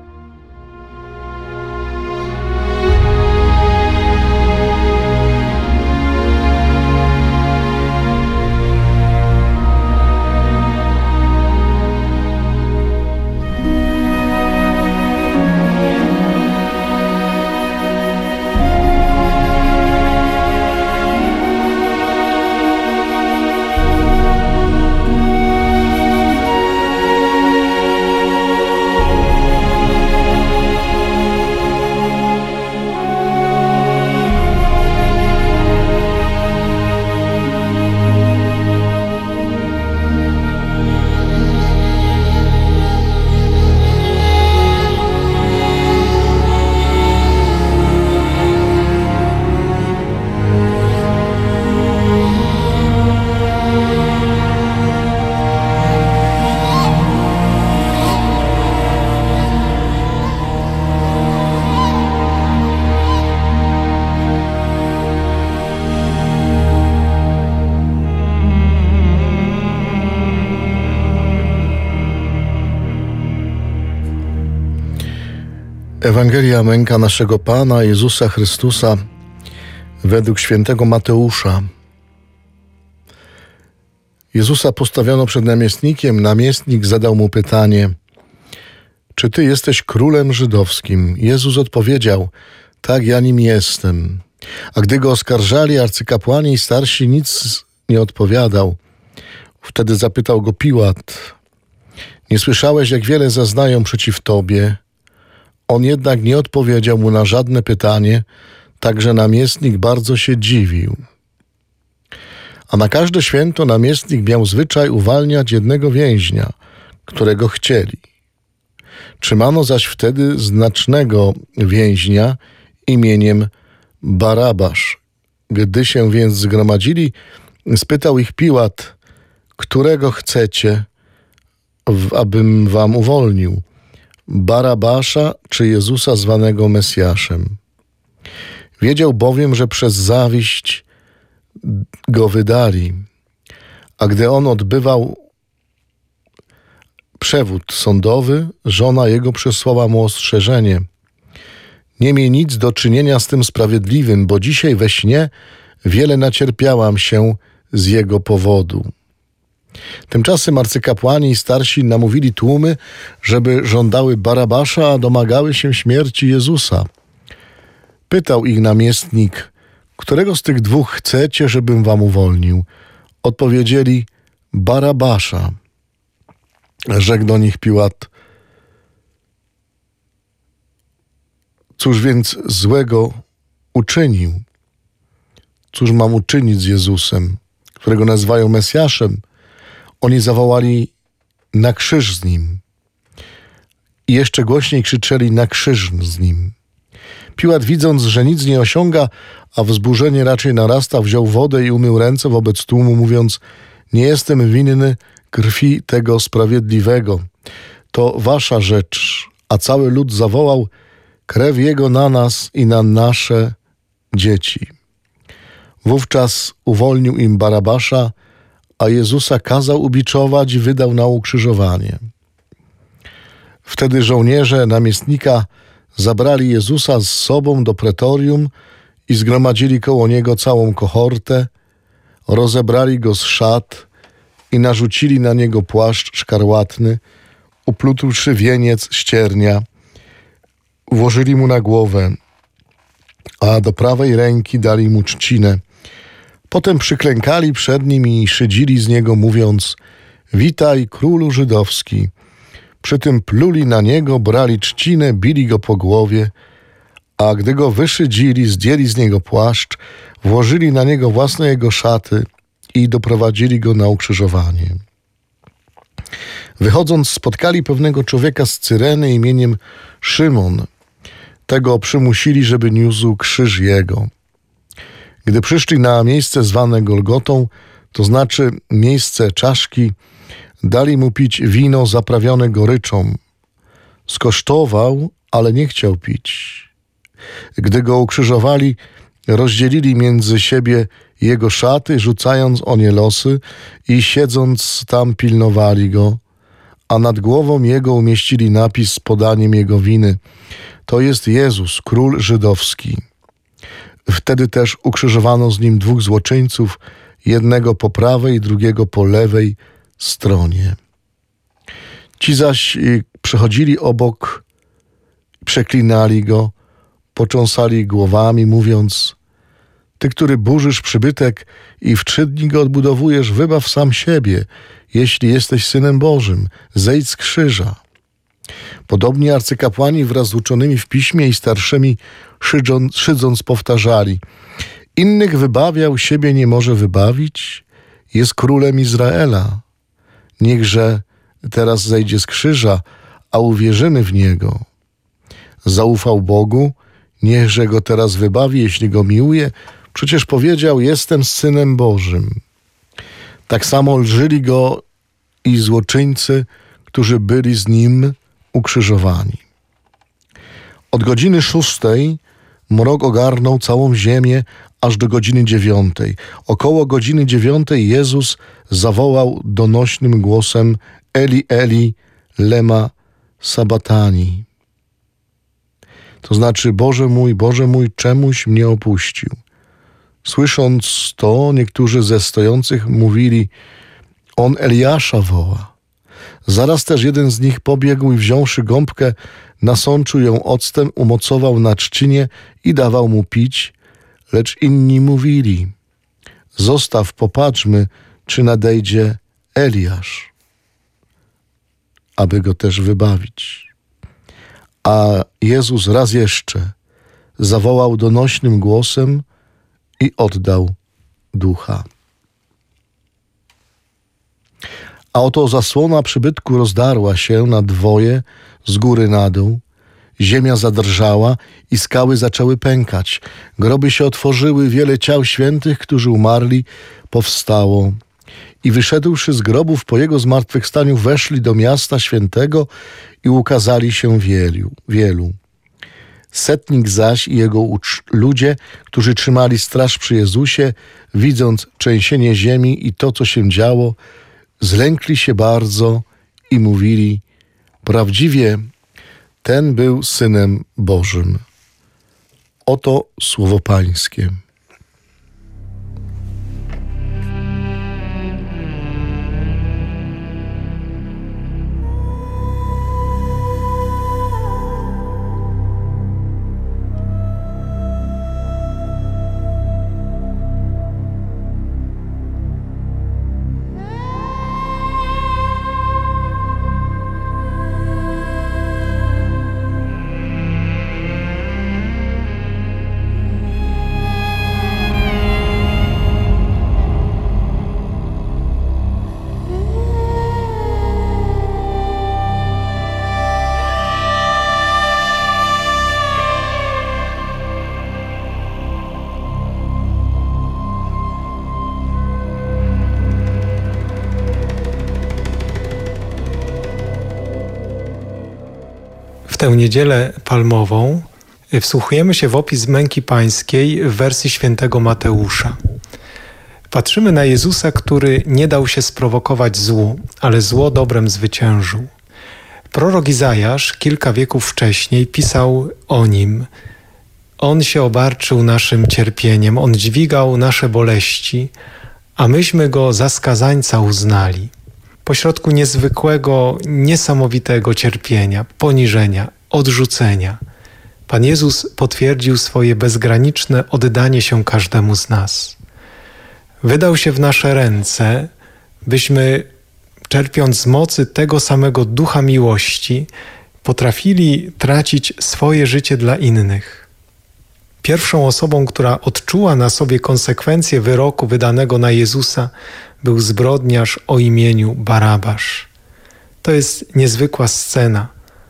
Ewangelia męka naszego Pana Jezusa Chrystusa według świętego Mateusza. Jezusa postawiono przed namiestnikiem. Namiestnik zadał mu pytanie: czy ty jesteś królem żydowskim? Jezus odpowiedział: tak, ja nim jestem. A gdy go oskarżali arcykapłani i starsi, nic nie odpowiadał. Wtedy zapytał go Piłat: nie słyszałeś, jak wiele zeznają przeciw tobie? On jednak nie odpowiedział mu na żadne pytanie, także namiestnik bardzo się dziwił. A na każde święto namiestnik miał zwyczaj uwalniać jednego więźnia, którego chcieli. Trzymano zaś wtedy znacznego więźnia imieniem Barabasz. Gdy się więc zgromadzili, spytał ich Piłat: którego chcecie, abym wam uwolnił? Barabasza czy Jezusa zwanego Mesjaszem? Wiedział bowiem, że przez zawiść go wydali. A gdy on odbywał przewód sądowy, żona jego przysłała mu ostrzeżenie: nie miej nic do czynienia z tym sprawiedliwym, bo dzisiaj we śnie wiele nacierpiałam się z jego powodu. Tymczasem arcykapłani i starsi namówili tłumy, żeby żądały Barabasza, a domagały się śmierci Jezusa. Pytał ich namiestnik: którego z tych dwóch chcecie, żebym wam uwolnił? Odpowiedzieli: Barabasza. Rzekł do nich Piłat: cóż więc złego uczynił? Cóż mam uczynić z Jezusem, którego nazywają Mesjaszem? Oni zawołali: na krzyż z nim. I jeszcze głośniej krzyczeli: na krzyż z nim. Piłat, widząc, że nic nie osiąga, a wzburzenie raczej narasta, wziął wodę i umył ręce wobec tłumu, mówiąc: nie jestem winny krwi tego sprawiedliwego. To wasza rzecz. A cały lud zawołał: krew jego na nas i na nasze dzieci. Wówczas uwolnił im Barabasza, a Jezusa kazał ubiczować i wydał na ukrzyżowanie. Wtedy żołnierze namiestnika zabrali Jezusa z sobą do pretorium i zgromadzili koło niego całą kohortę, rozebrali go z szat i narzucili na niego płaszcz szkarłatny, uplutłszy wieniec ściernia, włożyli mu na głowę, a do prawej ręki dali mu trzcinę. Potem przyklękali przed nim i szydzili z niego, mówiąc: witaj, królu żydowski. Przy tym pluli na niego, brali trzcinę, bili go po głowie, a gdy go wyszydzili, zdjęli z niego płaszcz, włożyli na niego własne jego szaty i doprowadzili go na ukrzyżowanie. Wychodząc, spotkali pewnego człowieka z Cyreny imieniem Szymon. Tego przymusili, żeby niósł krzyż jego. Gdy przyszli na miejsce zwane Golgotą, to znaczy miejsce czaszki, dali mu pić wino zaprawione goryczą. Skosztował, ale nie chciał pić. Gdy go ukrzyżowali, rozdzielili między siebie jego szaty, rzucając o nie losy, i siedząc tam pilnowali go, a nad głową jego umieścili napis z podaniem jego winy: to jest Jezus, król żydowski. Wtedy też ukrzyżowano z nim dwóch złoczyńców, jednego po prawej, drugiego po lewej stronie. Ci zaś przechodzili obok, przeklinali go, począsali głowami, mówiąc: ty, który burzysz przybytek i w trzy dni go odbudowujesz, wybaw sam siebie. Jeśli jesteś Synem Bożym, zejdź z krzyża. Podobnie arcykapłani wraz z uczonymi w piśmie i starszymi szydząc, szydząc powtarzali: innych wybawiał, siebie nie może wybawić, jest królem Izraela. Niechże teraz zejdzie z krzyża, a uwierzymy w niego. Zaufał Bogu, niechże go teraz wybawi, jeśli go miłuje. Przecież powiedział: jestem Synem Bożym. Tak samo lżyli go i złoczyńcy, którzy byli z nim ukrzyżowani. Od godziny szóstej mrok ogarnął całą ziemię aż do godziny dziewiątej. Około godziny dziewiątej Jezus zawołał donośnym głosem: Eli, Eli, lema sabatani. To znaczy: Boże mój, Boże mój, czemuś mnie opuścił. Słysząc to, niektórzy ze stojących mówili: on Eliasza woła. Zaraz też jeden z nich pobiegł i wziąwszy gąbkę, nasączył ją octem, umocował na trzcinie i dawał mu pić, lecz inni mówili: zostaw, popatrzmy, czy nadejdzie Eliasz, aby go też wybawić. A Jezus raz jeszcze zawołał donośnym głosem i oddał ducha. A oto zasłona przybytku rozdarła się na dwoje z góry na dół, ziemia zadrżała i skały zaczęły pękać. Groby się otworzyły, wiele ciał świętych, którzy umarli, powstało. I wyszedłszy z grobów po jego zmartwychwstaniu, weszli do miasta świętego i ukazali się wielu. wielu. Setnik zaś i jego ucz- ludzie, którzy trzymali straż przy Jezusie, widząc trzęsienie ziemi i to, co się działo, zlękli się bardzo i mówili: prawdziwie ten był Synem Bożym. Oto słowo Pańskie. W tę niedzielę palmową wsłuchujemy się w opis męki pańskiej w wersji świętego Mateusza. Patrzymy na Jezusa, który nie dał się sprowokować złu, ale zło dobrem zwyciężył. Prorok Izajasz kilka wieków wcześniej pisał o nim: On się obarczył naszym cierpieniem, On dźwigał nasze boleści, a myśmy Go za skazańca uznali. Pośrodku niezwykłego, niesamowitego cierpienia, poniżenia, odrzucenia, Pan Jezus potwierdził swoje bezgraniczne oddanie się każdemu z nas. Wydał się w nasze ręce, byśmy, czerpiąc z mocy tego samego ducha miłości, potrafili tracić swoje życie dla innych. Pierwszą osobą, która odczuła na sobie konsekwencje wyroku wydanego na Jezusa, był zbrodniarz o imieniu Barabasz. To jest niezwykła scena.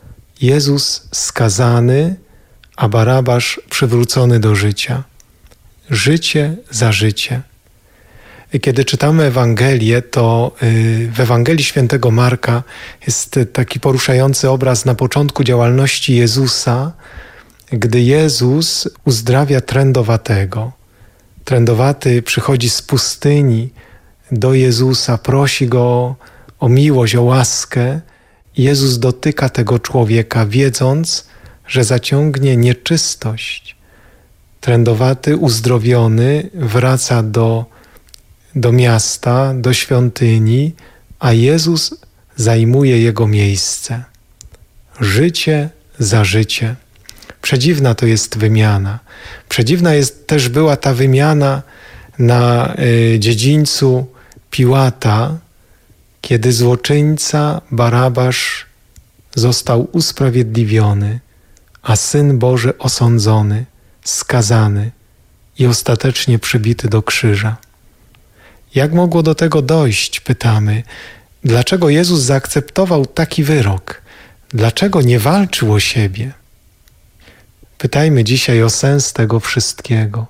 Jezus skazany, a Barabasz przywrócony do życia. Życie za życie. Kiedy czytamy Ewangelię, to w Ewangelii świętego Marka jest taki poruszający obraz na początku działalności Jezusa, gdy Jezus uzdrawia trędowatego. Trędowaty przychodzi z pustyni do Jezusa, prosi Go o miłość, o łaskę. Jezus dotyka tego człowieka, wiedząc, że zaciągnie nieczystość. Trędowaty, uzdrowiony, wraca do, do miasta, do świątyni, a Jezus zajmuje jego miejsce. Życie za życie. Przedziwna to jest wymiana. Przedziwna jest, też była ta wymiana na y, dziedzińcu Piłata, kiedy złoczyńca Barabasz został usprawiedliwiony, a Syn Boży osądzony, skazany i ostatecznie przybity do krzyża. Jak mogło do tego dojść, pytamy. Dlaczego Jezus zaakceptował taki wyrok? Dlaczego nie walczył o siebie? Pytajmy dzisiaj o sens tego wszystkiego.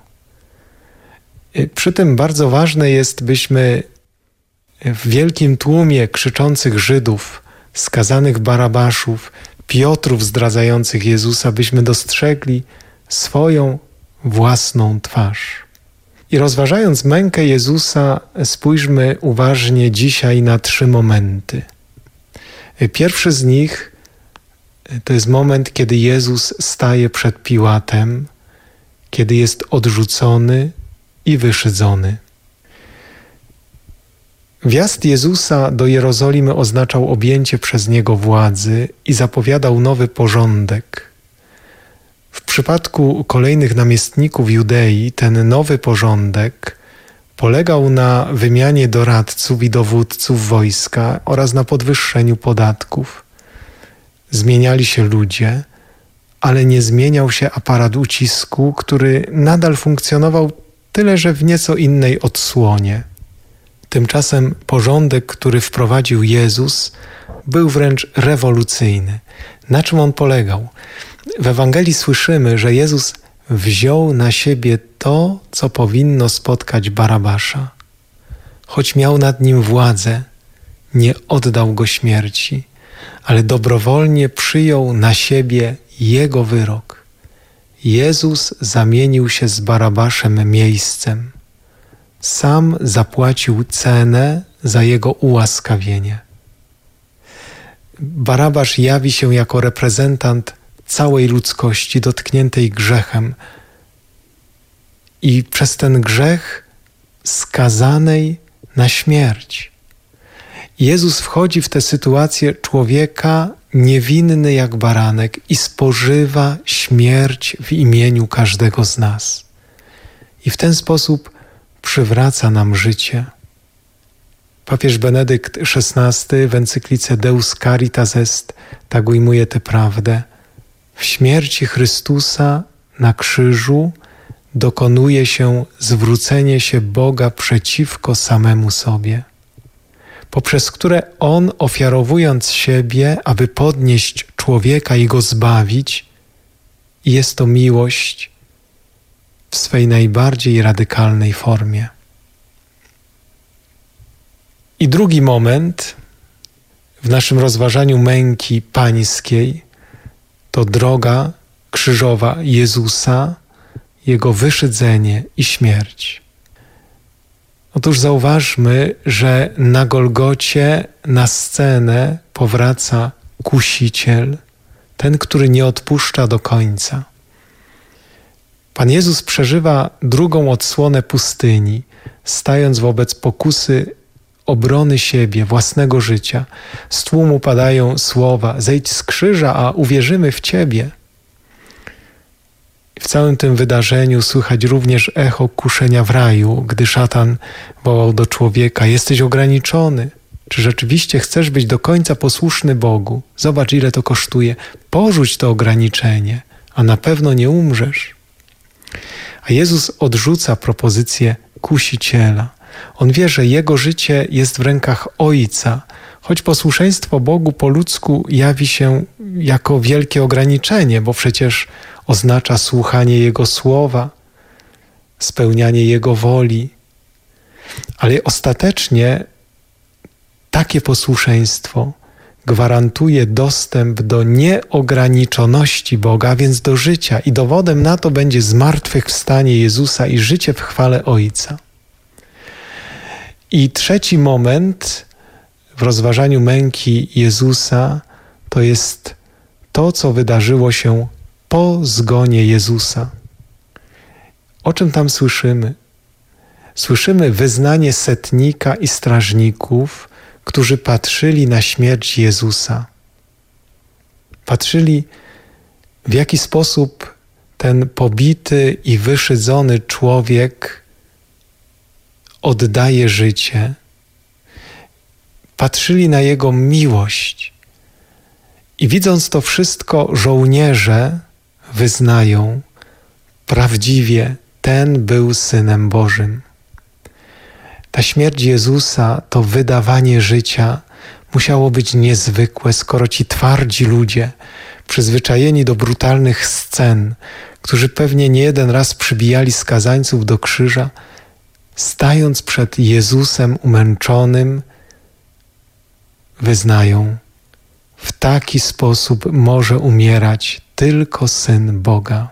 Przy tym bardzo ważne jest, byśmy w wielkim tłumie krzyczących Żydów, skazanych Barabaszów, Piotrów zdradzających Jezusa, byśmy dostrzegli swoją własną twarz. I rozważając mękę Jezusa, spójrzmy uważnie dzisiaj na trzy momenty. Pierwszy z nich to jest moment, kiedy Jezus staje przed Piłatem, kiedy jest odrzucony i wyszydzony. Wjazd Jezusa do Jerozolimy oznaczał objęcie przez Niego władzy i zapowiadał nowy porządek. W przypadku kolejnych namiestników Judei ten nowy porządek polegał na wymianie doradców i dowódców wojska oraz na podwyższeniu podatków. Zmieniali się ludzie, ale nie zmieniał się aparat ucisku, który nadal funkcjonował, tyle że w nieco innej odsłonie. Tymczasem porządek, który wprowadził Jezus, był wręcz rewolucyjny. Na czym on polegał? W Ewangelii słyszymy, że Jezus wziął na siebie to, co powinno spotkać Barabasza. Choć miał nad nim władzę, nie oddał go śmierci, ale dobrowolnie przyjął na siebie jego wyrok. Jezus zamienił się z Barabaszem miejscem. Sam zapłacił cenę za jego ułaskawienie. Barabasz jawi się jako reprezentant całej ludzkości dotkniętej grzechem i przez ten grzech skazanej na śmierć. Jezus wchodzi w tę sytuację człowieka niewinny jak baranek i spożywa śmierć w imieniu każdego z nas. I w ten sposób przywraca nam życie. Papież Benedykt szesnasty w encyklice Deus Caritas Est tak ujmuje tę prawdę. W śmierci Chrystusa na krzyżu dokonuje się zwrócenie się Boga przeciwko samemu sobie, poprzez które On, ofiarowując siebie, aby podnieść człowieka i go zbawić, jest to miłość w swej najbardziej radykalnej formie. I drugi moment w naszym rozważaniu męki pańskiej to droga krzyżowa Jezusa, Jego wyszydzenie i śmierć. Otóż zauważmy, że na Golgocie na scenę powraca Kusiciel, ten, który nie odpuszcza do końca. Pan Jezus przeżywa drugą odsłonę pustyni, stając wobec pokusy obrony siebie, własnego życia. Z tłumu padają słowa: zejdź z krzyża, a uwierzymy w Ciebie. W całym tym wydarzeniu słychać również echo kuszenia w raju, gdy szatan wołał do człowieka: jesteś ograniczony. Czy rzeczywiście chcesz być do końca posłuszny Bogu? Zobacz, ile to kosztuje. Porzuć to ograniczenie, a na pewno nie umrzesz. A Jezus odrzuca propozycję kusiciela. On wie, że jego życie jest w rękach Ojca, choć posłuszeństwo Bogu po ludzku jawi się jako wielkie ograniczenie, bo przecież oznacza słuchanie Jego słowa, spełnianie Jego woli. Ale ostatecznie takie posłuszeństwo gwarantuje dostęp do nieograniczoności Boga, a więc do życia, i dowodem na to będzie zmartwychwstanie Jezusa i życie w chwale Ojca. I trzeci moment w rozważaniu męki Jezusa to jest to, co wydarzyło się po zgonie Jezusa. O czym tam słyszymy? Słyszymy wyznanie setnika i strażników, którzy patrzyli na śmierć Jezusa. Patrzyli, w jaki sposób ten pobity i wyszydzony człowiek oddaje życie. Patrzyli na Jego miłość i widząc to wszystko, żołnierze wyznają: prawdziwie ten był Synem Bożym. Ta śmierć Jezusa, to wydawanie życia musiało być niezwykłe, skoro ci twardzi ludzie, przyzwyczajeni do brutalnych scen, którzy pewnie nie jeden raz przybijali skazańców do krzyża, stając przed Jezusem umęczonym, wyznają: w taki sposób może umierać tylko Syn Boga.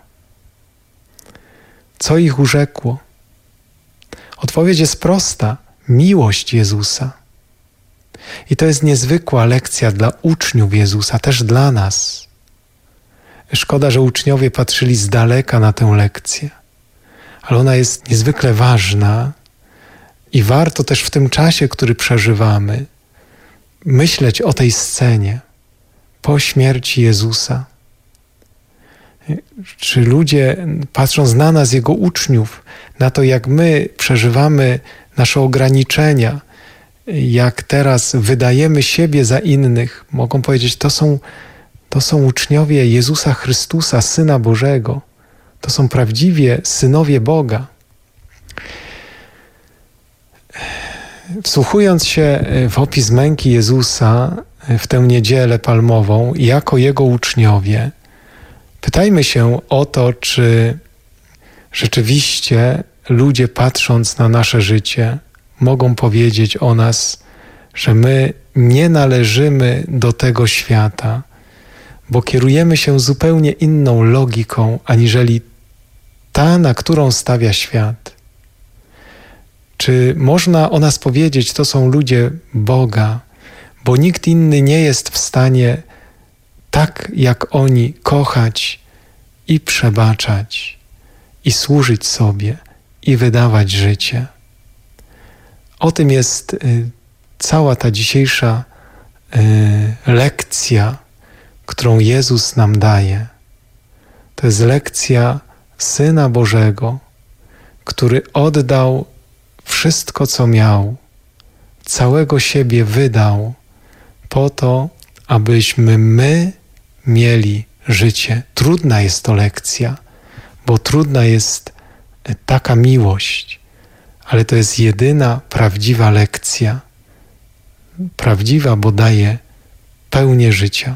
Co ich urzekło? Odpowiedź jest prosta: miłość Jezusa. I to jest niezwykła lekcja dla uczniów Jezusa, też dla nas. Szkoda, że uczniowie patrzyli z daleka na tę lekcję, ale ona jest niezwykle ważna I warto też w tym czasie, który przeżywamy, myśleć o tej scenie po śmierci Jezusa. Czy ludzie, patrząc na nas, Jego uczniów, na to, jak my przeżywamy nasze ograniczenia, jak teraz wydajemy siebie za innych, mogą powiedzieć, to są, to są uczniowie Jezusa Chrystusa, Syna Bożego. To są prawdziwie synowie Boga. Wsłuchując się w opis męki Jezusa w tę niedzielę palmową jako Jego uczniowie, pytajmy się o to, czy rzeczywiście ludzie, patrząc na nasze życie, mogą powiedzieć o nas, że my nie należymy do tego świata, bo kierujemy się zupełnie inną logiką, aniżeli ta, na którą stawia świat. Czy można o nas powiedzieć, to są ludzie Boga, bo nikt inny nie jest w stanie tak jak oni kochać i przebaczać, i służyć sobie, i wydawać życie. O tym jest y, cała ta dzisiejsza y, lekcja, którą Jezus nam daje. To jest lekcja Syna Bożego, który oddał wszystko, co miał, całego siebie wydał po to, abyśmy my mieli życie. Trudna jest to lekcja, bo trudna jest taka miłość, ale to jest jedyna prawdziwa lekcja. Prawdziwa, bo daje pełnię życia.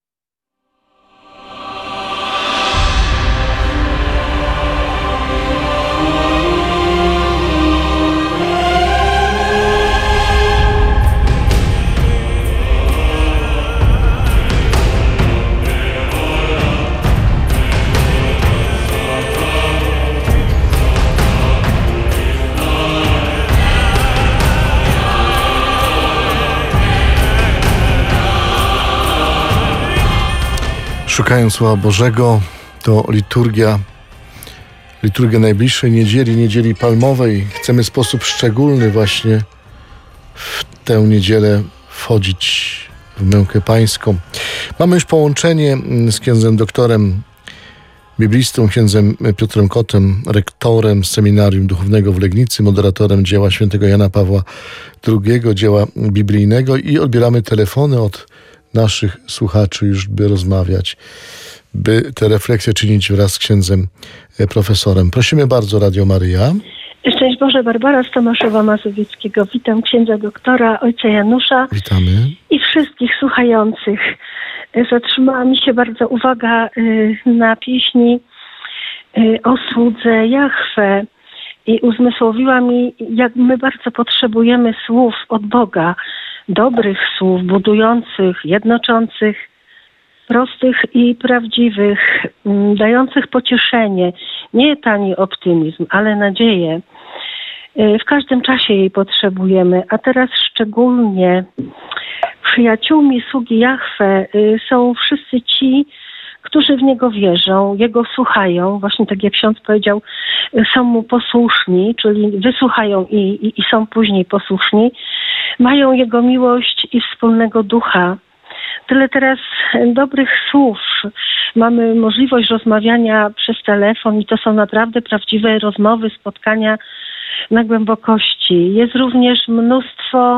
Szukając Słowa Bożego, to liturgia, liturgia najbliższej niedzieli, niedzieli palmowej. Chcemy w sposób szczególny właśnie w tę niedzielę wchodzić w mękę pańską. Mamy już połączenie z księdzem doktorem, biblistą, księdzem Piotrem Kotem, rektorem Seminarium Duchownego w Legnicy, moderatorem dzieła świętego Jana Pawła drugiego, dzieła biblijnego, i odbieramy telefony od naszych słuchaczy już, by rozmawiać, by te refleksje czynić wraz z księdzem profesorem. Prosimy bardzo, Radio Maryja. Szczęść Boże, Barbara z Tomaszowa Mazowieckiego. Witam księdza doktora, ojca Janusza. Witamy. I wszystkich słuchających. Zatrzymała mi się bardzo uwaga na pieśni o słudze Jahwe i uzmysłowiła mi, jak my bardzo potrzebujemy słów od Boga, dobrych słów, budujących, jednoczących, prostych i prawdziwych, dających pocieszenie, nie tani optymizm, ale nadzieję. W każdym czasie jej potrzebujemy, a teraz szczególnie przyjaciółmi sługi Jahwe są wszyscy ci, którzy w Niego wierzą, Jego słuchają, właśnie tak jak ksiądz powiedział, są Mu posłuszni, czyli wysłuchają i, i, i są później posłuszni, mają Jego miłość i wspólnego ducha. Tyle teraz dobrych słów. Mamy możliwość rozmawiania przez telefon i to są naprawdę prawdziwe rozmowy, spotkania na głębokości. Jest również mnóstwo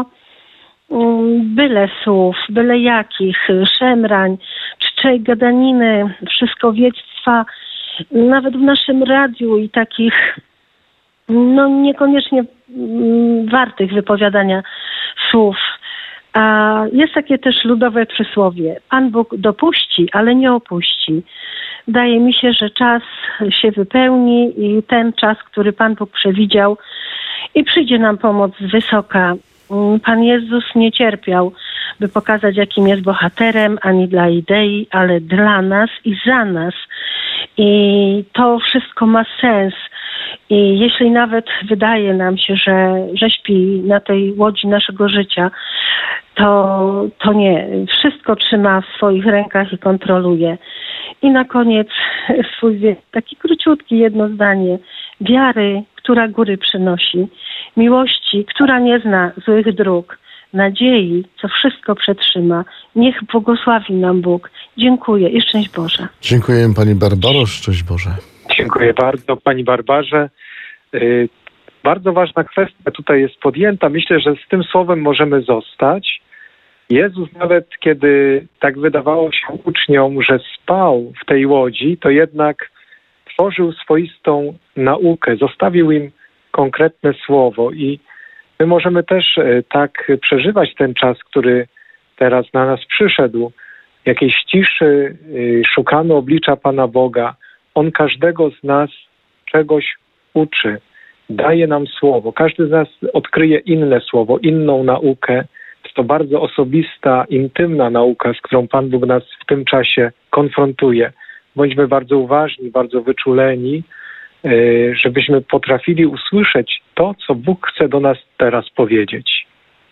byle słów, byle jakich, szemrań, czczej gadaniny, wszystkowiedztwa, nawet w naszym radiu i takich no niekoniecznie wartych wypowiadania słów. A jest takie też ludowe przysłowie. Pan Bóg dopuści, ale nie opuści. Wydaje mi się, że czas się wypełni i ten czas, który Pan Bóg przewidział, i przyjdzie nam pomoc z wysoka. Pan Jezus nie cierpiał, by pokazać, jakim jest bohaterem, ani dla idei, ale dla nas i za nas. I to wszystko ma sens. I jeśli nawet wydaje nam się, że, że śpi na tej łodzi naszego życia, to, to nie. Wszystko trzyma w swoich rękach i kontroluje. I na koniec swój taki króciutki jedno zdanie. Wiary, która góry przynosi. miłości, która nie zna złych dróg, nadziei, co wszystko przetrzyma. Niech błogosławi nam Bóg. Dziękuję i szczęść Boże. Dziękujemy pani Barbaro, szczęść Boże. Dziękuję bardzo pani Barbarze. Yy, bardzo ważna kwestia tutaj jest podjęta. Myślę, że z tym słowem możemy zostać. Jezus nawet kiedy tak wydawało się uczniom, że spał w tej łodzi, to jednak tworzył swoistą naukę, zostawił im konkretne słowo i my możemy też tak przeżywać ten czas, który teraz na nas przyszedł. W jakiejś ciszy szukamy oblicza Pana Boga. On każdego z nas czegoś uczy, daje nam słowo. Każdy z nas odkryje inne słowo, inną naukę. Jest to bardzo osobista, intymna nauka, z którą Pan Bóg nas w tym czasie konfrontuje. Bądźmy bardzo uważni, bardzo wyczuleni, żebyśmy potrafili usłyszeć to, co Bóg chce do nas teraz powiedzieć.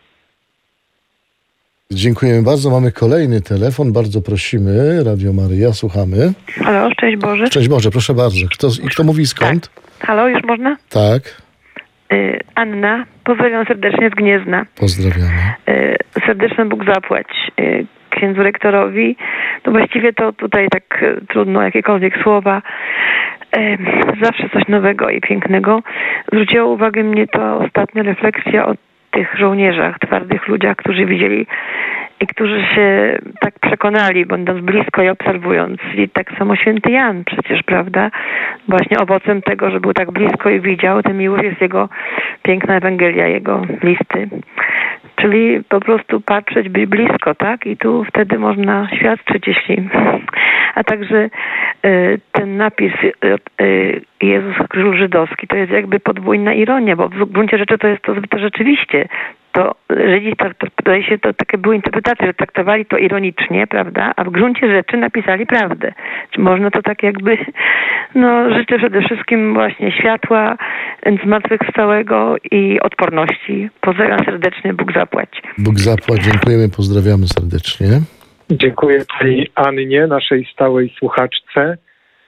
Dziękujemy bardzo. Mamy kolejny telefon. Bardzo prosimy. Radio Maryja, słuchamy. Halo, szczęść Boże. Szczęść Boże, proszę bardzo. Kto, i kto mówi skąd? Tak. Halo, już można? Tak. Y, Anna, pozdrawiam serdecznie z Gniezna. Pozdrawiamy. Y, serdeczny Bóg zapłać y, księdzu rektorowi. No właściwie to tutaj tak y, trudno jakiekolwiek słowa. Y, zawsze coś nowego i pięknego. Zwróciła uwagę mnie to ostatnia refleksja o tych żołnierzach, twardych ludziach, którzy widzieli i którzy się tak przekonali, będąc blisko i obserwując. I tak samo święty Jan przecież, prawda? Właśnie owocem tego, że był tak blisko i widział, tym miłość jest jego piękna Ewangelia, jego listy. Czyli po prostu patrzeć, być blisko, tak? I tu wtedy można świadczyć, jeśli... A także y, ten napis y, y, Jezus Król Żydowski, to jest jakby podwójna ironia, bo w gruncie rzeczy to jest to, to rzeczywiście, to Żydzi, to, to, to, się, to takie były interpretacje, że traktowali to ironicznie, prawda, a w gruncie rzeczy napisali prawdę. Czy można to tak jakby, no życzę przede wszystkim właśnie światła, zmartwychwstałego i odporności. Pozdrawiam serdecznie, Bóg zapłać. Bóg zapłać, dziękujemy, pozdrawiamy serdecznie. Dziękuję pani Annie, naszej stałej słuchaczce.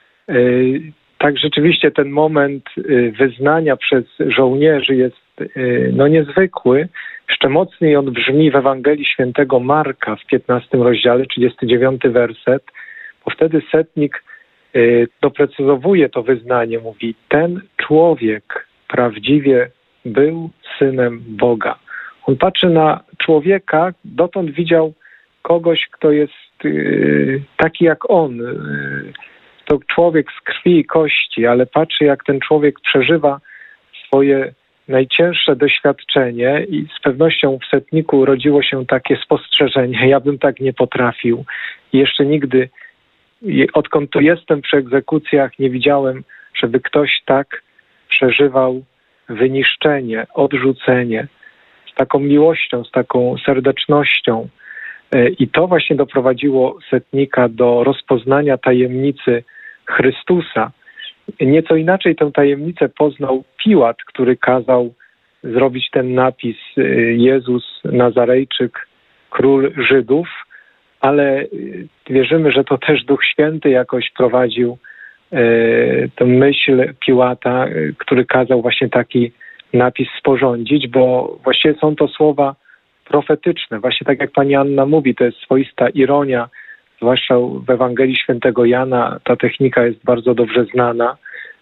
Tak, rzeczywiście ten moment wyznania przez żołnierzy jest no niezwykły. Jeszcze mocniej on brzmi w Ewangelii Świętego Marka w piętnastym rozdziale, trzydziesty dziewiąty werset, bo wtedy setnik doprecyzowuje to wyznanie, mówi: ten człowiek prawdziwie był Synem Boga. On patrzy na człowieka, dotąd widział kogoś, kto jest yy, taki jak on. Yy, to człowiek z krwi i kości, ale patrzy, jak ten człowiek przeżywa swoje najcięższe doświadczenie i z pewnością w setniku rodziło się takie spostrzeżenie: ja bym tak nie potrafił. I jeszcze nigdy, odkąd tu jestem przy egzekucjach, nie widziałem, żeby ktoś tak przeżywał wyniszczenie, odrzucenie, z taką miłością, z taką serdecznością. I to właśnie doprowadziło setnika do rozpoznania tajemnicy Chrystusa. Nieco inaczej tę tajemnicę poznał Piłat, który kazał zrobić ten napis Jezus Nazarejczyk, Król Żydów, ale wierzymy, że to też Duch Święty jakoś prowadził tę myśl Piłata, który kazał właśnie taki napis sporządzić, bo właściwie są to słowa profetyczne. Właśnie tak jak pani Anna mówi, to jest swoista ironia, zwłaszcza w Ewangelii Świętego Jana ta technika jest bardzo dobrze znana.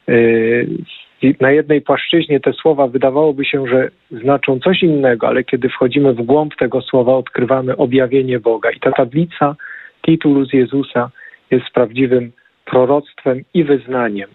Na jednej płaszczyźnie te słowa wydawałoby się, że znaczą coś innego, ale kiedy wchodzimy w głąb tego słowa, odkrywamy objawienie Boga. I ta tablica Titulus Jezusa jest prawdziwym proroctwem i wyznaniem.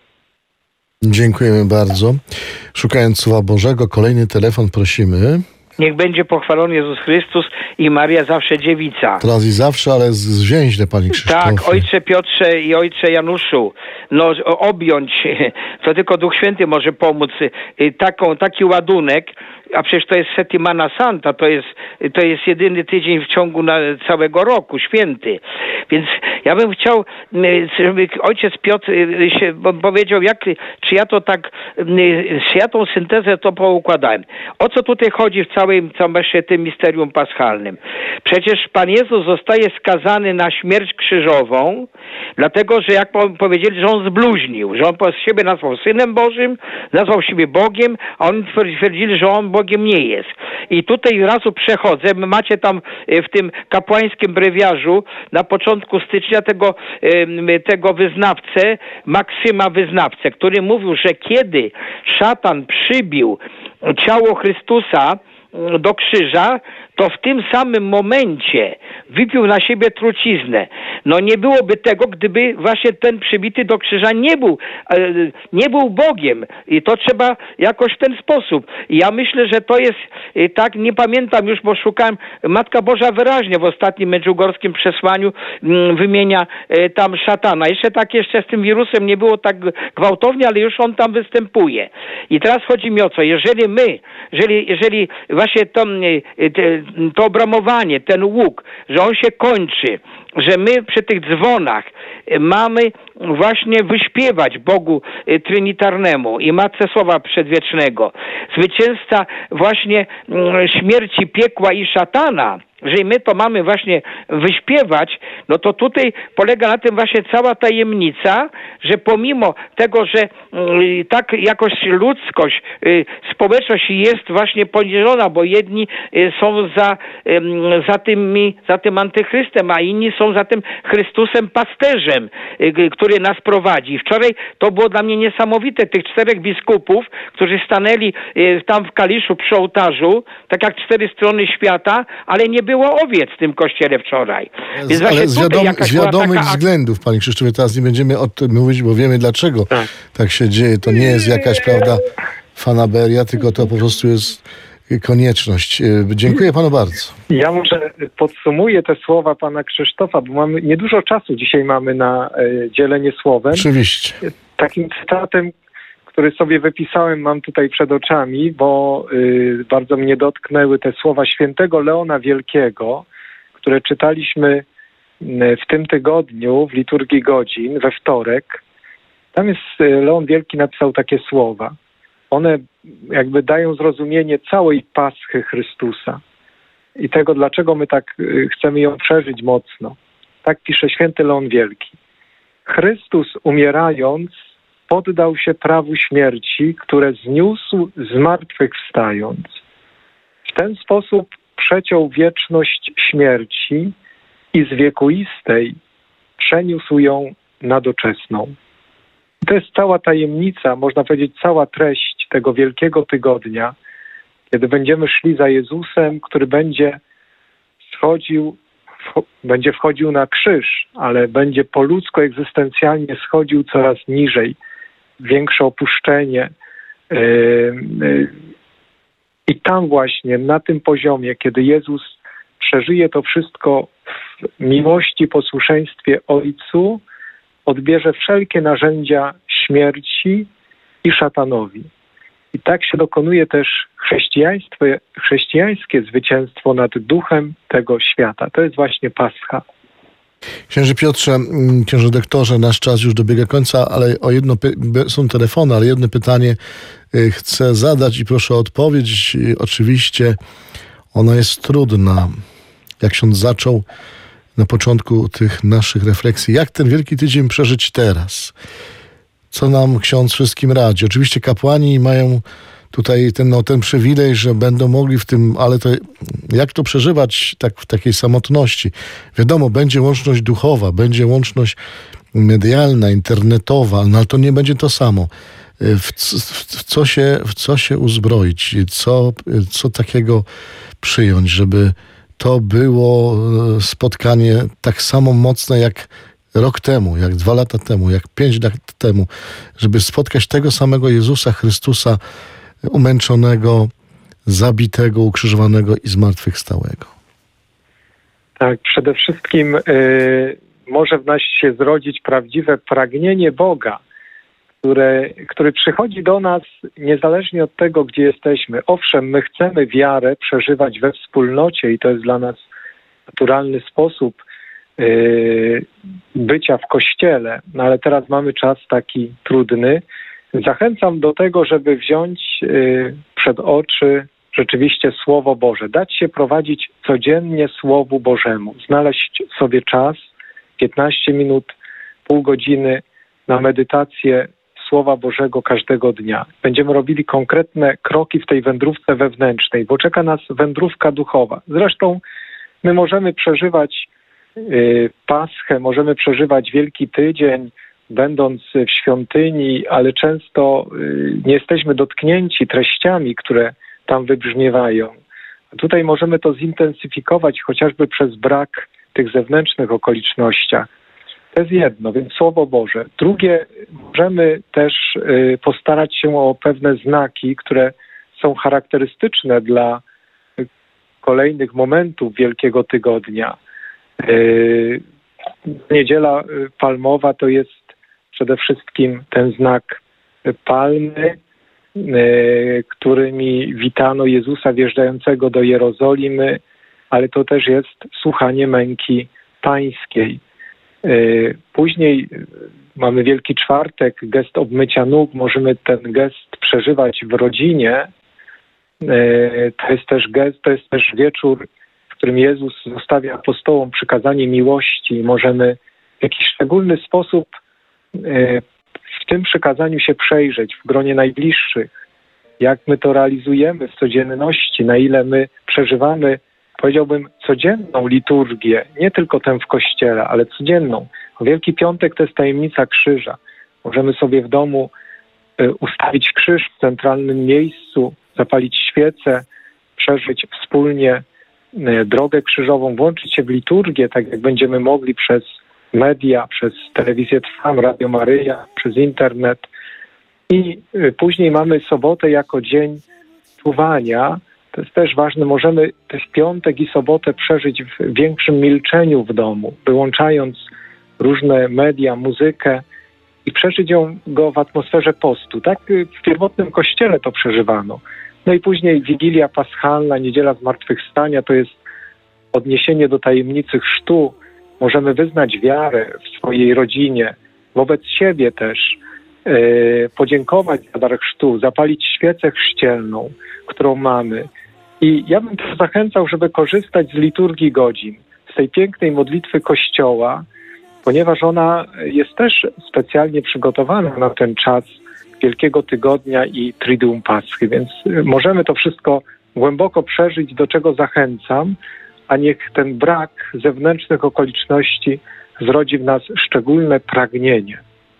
Dziękujemy bardzo. Szukając Słowa Bożego, kolejny telefon prosimy. Niech będzie pochwalony Jezus Chrystus i Maria zawsze dziewica. Teraz i zawsze, ale zwięźle, Panie Krzysztofie. Tak, Ojcze Piotrze i Ojcze Januszu, no objąć, to tylko Duch Święty może pomóc, taką, taki ładunek, a przecież to jest Settimana Santa, to jest, to jest jedyny tydzień w ciągu na całego roku, święty. Więc ja bym chciał, żeby ojciec Piotr się powiedział, jak, czy ja to tak, czy ja tą syntezę to poukładałem. O co tutaj chodzi w całej całym, całym właśnie tym misterium paschalnym. Przecież Pan Jezus zostaje skazany na śmierć krzyżową, dlatego, że jak powiedzieli, że on zbluźnił, że on siebie nazwał Synem Bożym, nazwał siebie Bogiem, a oni twierdzili, że on Bogiem nie jest. I tutaj razu przechodzę, macie tam w tym kapłańskim brewiarzu na początku stycznia tego, tego wyznawcę, Maksyma Wyznawcę, który mówił, że kiedy szatan przybił ciało Chrystusa do krzyża, to w tym samym momencie wypił na siebie truciznę. No nie byłoby tego, gdyby właśnie ten przybity do krzyża nie był, nie był Bogiem. I to trzeba jakoś w ten sposób. I ja myślę, że to jest tak, nie pamiętam już, bo szukałem, Matka Boża wyraźnie w ostatnim medjugorskim przesłaniu wymienia tam szatana. Jeszcze tak jeszcze z tym wirusem nie było tak gwałtownie, ale już on tam występuje. I teraz chodzi mi o co, jeżeli my, jeżeli, jeżeli właśnie to, to obramowanie, ten łuk, że on się kończy, że my przy tych dzwonach mamy właśnie wyśpiewać Bogu Trinitarnemu i Matce Słowa Przedwiecznego, zwycięzca właśnie śmierci, piekła i szatana, że my to mamy właśnie wyśpiewać, no to tutaj polega na tym właśnie cała tajemnica, że pomimo tego, że y, tak jakoś ludzkość, y, społeczność jest właśnie poniżona, bo jedni y, są za, y, za, tymi, za tym antychrystem, a inni są za tym Chrystusem pasterzem, y, który nas prowadzi. Wczoraj to było dla mnie niesamowite, tych czterech biskupów, którzy stanęli y, tam w Kaliszu przy ołtarzu, tak jak cztery strony świata, ale nie było było owiec w tym kościele wczoraj. Więc ale z, wiadom, z wiadomych taka... względów, panie Krzysztofie, teraz nie będziemy o tym mówić, bo wiemy dlaczego tak, tak się dzieje. To nie jest jakaś, prawda, fanaberia, tylko to po prostu jest konieczność. Dziękuję panu bardzo. Ja może podsumuję te słowa pana Krzysztofa, bo mamy niedużo czasu dzisiaj mamy na e, dzielenie słowem. Oczywiście. Takim cytatem, który sobie wypisałem, mam tutaj przed oczami, bo y, bardzo mnie dotknęły te słowa świętego Leona Wielkiego, które czytaliśmy w tym tygodniu w liturgii godzin, we wtorek. Tam jest Leon Wielki napisał takie słowa. One jakby dają zrozumienie całej Paschy Chrystusa i tego, dlaczego my tak chcemy ją przeżyć mocno. Tak pisze święty Leon Wielki. Chrystus umierając poddał się prawu śmierci, które zniósł zmartwychwstając. W ten sposób przeciął wieczność śmierci i z wiekuistej przeniósł ją na doczesną. To jest cała tajemnica, można powiedzieć cała treść tego Wielkiego Tygodnia, kiedy będziemy szli za Jezusem, który będzie schodził, będzie wchodził na krzyż, ale będzie po ludzku egzystencjalnie schodził coraz niżej. Większe opuszczenie. I tam właśnie, na tym poziomie, kiedy Jezus przeżyje to wszystko w miłości, posłuszeństwie Ojcu, odbierze wszelkie narzędzia śmierci i szatanowi. I tak się dokonuje też chrześcijaństwo, chrześcijańskie zwycięstwo nad duchem tego świata. To jest właśnie Pascha. Księże Piotrze, księże doktorze, nasz czas już dobiega końca, ale o jedno py- są telefony, ale jedno pytanie chcę zadać i proszę o odpowiedź. Oczywiście ona jest trudna. Jak ksiądz zaczął na początku tych naszych refleksji, jak ten Wielki Tydzień przeżyć teraz? Co nam ksiądz wszystkim radzi? Oczywiście kapłani mają tutaj ten, no, ten przywilej, że będą mogli w tym, ale to jak to przeżywać tak w takiej samotności? Wiadomo, będzie łączność duchowa, będzie łączność medialna, internetowa, no ale to nie będzie to samo. W, w, w, co, się, w co się uzbroić? Co, co takiego przyjąć, żeby to było spotkanie tak samo mocne jak rok temu, jak dwa lata temu, jak pięć lat temu, żeby spotkać tego samego Jezusa Chrystusa umęczonego, zabitego, ukrzyżowanego i zmartwychwstałego. Tak, przede wszystkim y, może w nas się zrodzić prawdziwe pragnienie Boga, które, który przychodzi do nas niezależnie od tego, gdzie jesteśmy. Owszem, my chcemy wiarę przeżywać we wspólnocie i to jest dla nas naturalny sposób y, bycia w Kościele, no ale teraz mamy czas taki trudny. Zachęcam do tego, żeby wziąć y, przed oczy rzeczywiście Słowo Boże. Dać się prowadzić codziennie Słowu Bożemu. Znaleźć sobie czas, piętnaście minut, pół godziny na medytację Słowa Bożego każdego dnia. Będziemy robili konkretne kroki w tej wędrówce wewnętrznej, bo czeka nas wędrówka duchowa. Zresztą my możemy przeżywać y, Paschę, możemy przeżywać Wielki Tydzień, będąc w świątyni, ale często y, nie jesteśmy dotknięci treściami, które tam wybrzmiewają. A tutaj możemy to zintensyfikować chociażby przez brak tych zewnętrznych okolicznościach. To jest jedno, więc Słowo Boże. Drugie, możemy też y, postarać się o pewne znaki, które są charakterystyczne dla y, kolejnych momentów Wielkiego Tygodnia. Y, Niedziela y, Palmowa to jest przede wszystkim ten znak y, palmy, y, którymi witano Jezusa wjeżdżającego do Jerozolimy, ale to też jest słuchanie męki pańskiej. Później mamy Wielki Czwartek, gest obmycia nóg. Możemy ten gest przeżywać w rodzinie. To jest też gest, to jest też wieczór, w którym Jezus zostawia apostołom przykazanie miłości. Możemy w jakiś szczególny sposób w tym przykazaniu się przejrzeć w gronie najbliższych. Jak my to realizujemy w codzienności, na ile my przeżywamy, powiedziałbym, codzienną liturgię, nie tylko tę w kościele, ale codzienną. Wielki Piątek to jest tajemnica krzyża. Możemy sobie w domu ustawić krzyż w centralnym miejscu, zapalić świecę, przeżyć wspólnie drogę krzyżową, włączyć się w liturgię, tak jak będziemy mogli przez media, przez telewizję Trwam, Radio Maryja, przez internet. I później mamy sobotę jako dzień czuwania. To jest też ważne, możemy też piątek i sobotę przeżyć w większym milczeniu w domu, wyłączając różne media, muzykę i przeżyć ją go w atmosferze postu. Tak w pierwotnym kościele to przeżywano. No i później Wigilia Paschalna, Niedziela Zmartwychwstania to jest odniesienie do tajemnicy chrztu. Możemy wyznać wiarę w swojej rodzinie, wobec siebie też, yy, podziękować za dar chrztu, zapalić świecę chrzcielną, którą mamy. I ja bym też zachęcał, żeby korzystać z liturgii godzin, z tej pięknej modlitwy Kościoła, ponieważ ona jest też specjalnie przygotowana na ten czas Wielkiego Tygodnia i Triduum Paschy, więc możemy to wszystko głęboko przeżyć, do czego zachęcam, a niech ten brak zewnętrznych okoliczności zrodzi w nas szczególne pragnienie.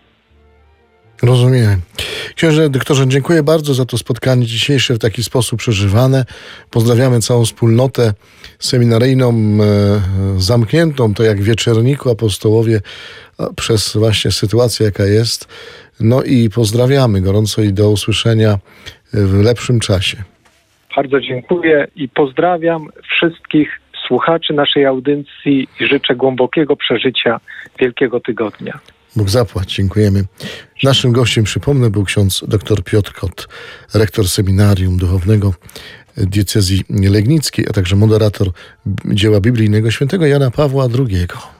Rozumiem. Księże doktorze, dziękuję bardzo za to spotkanie dzisiejsze w taki sposób przeżywane. Pozdrawiamy całą wspólnotę seminaryjną, e, zamkniętą, to jak w Wieczerniku apostołowie, przez właśnie sytuację, jaka jest. No i pozdrawiamy gorąco i do usłyszenia w lepszym czasie. Bardzo dziękuję i pozdrawiam wszystkich słuchaczy naszej audycji i życzę głębokiego przeżycia Wielkiego Tygodnia. Bóg zapłać, dziękujemy. Naszym gościem, przypomnę, był ksiądz dr Piotr Kot, rektor Seminarium Duchownego Diecezji Legnickiej, a także moderator dzieła biblijnego świętego Jana Pawła drugiego.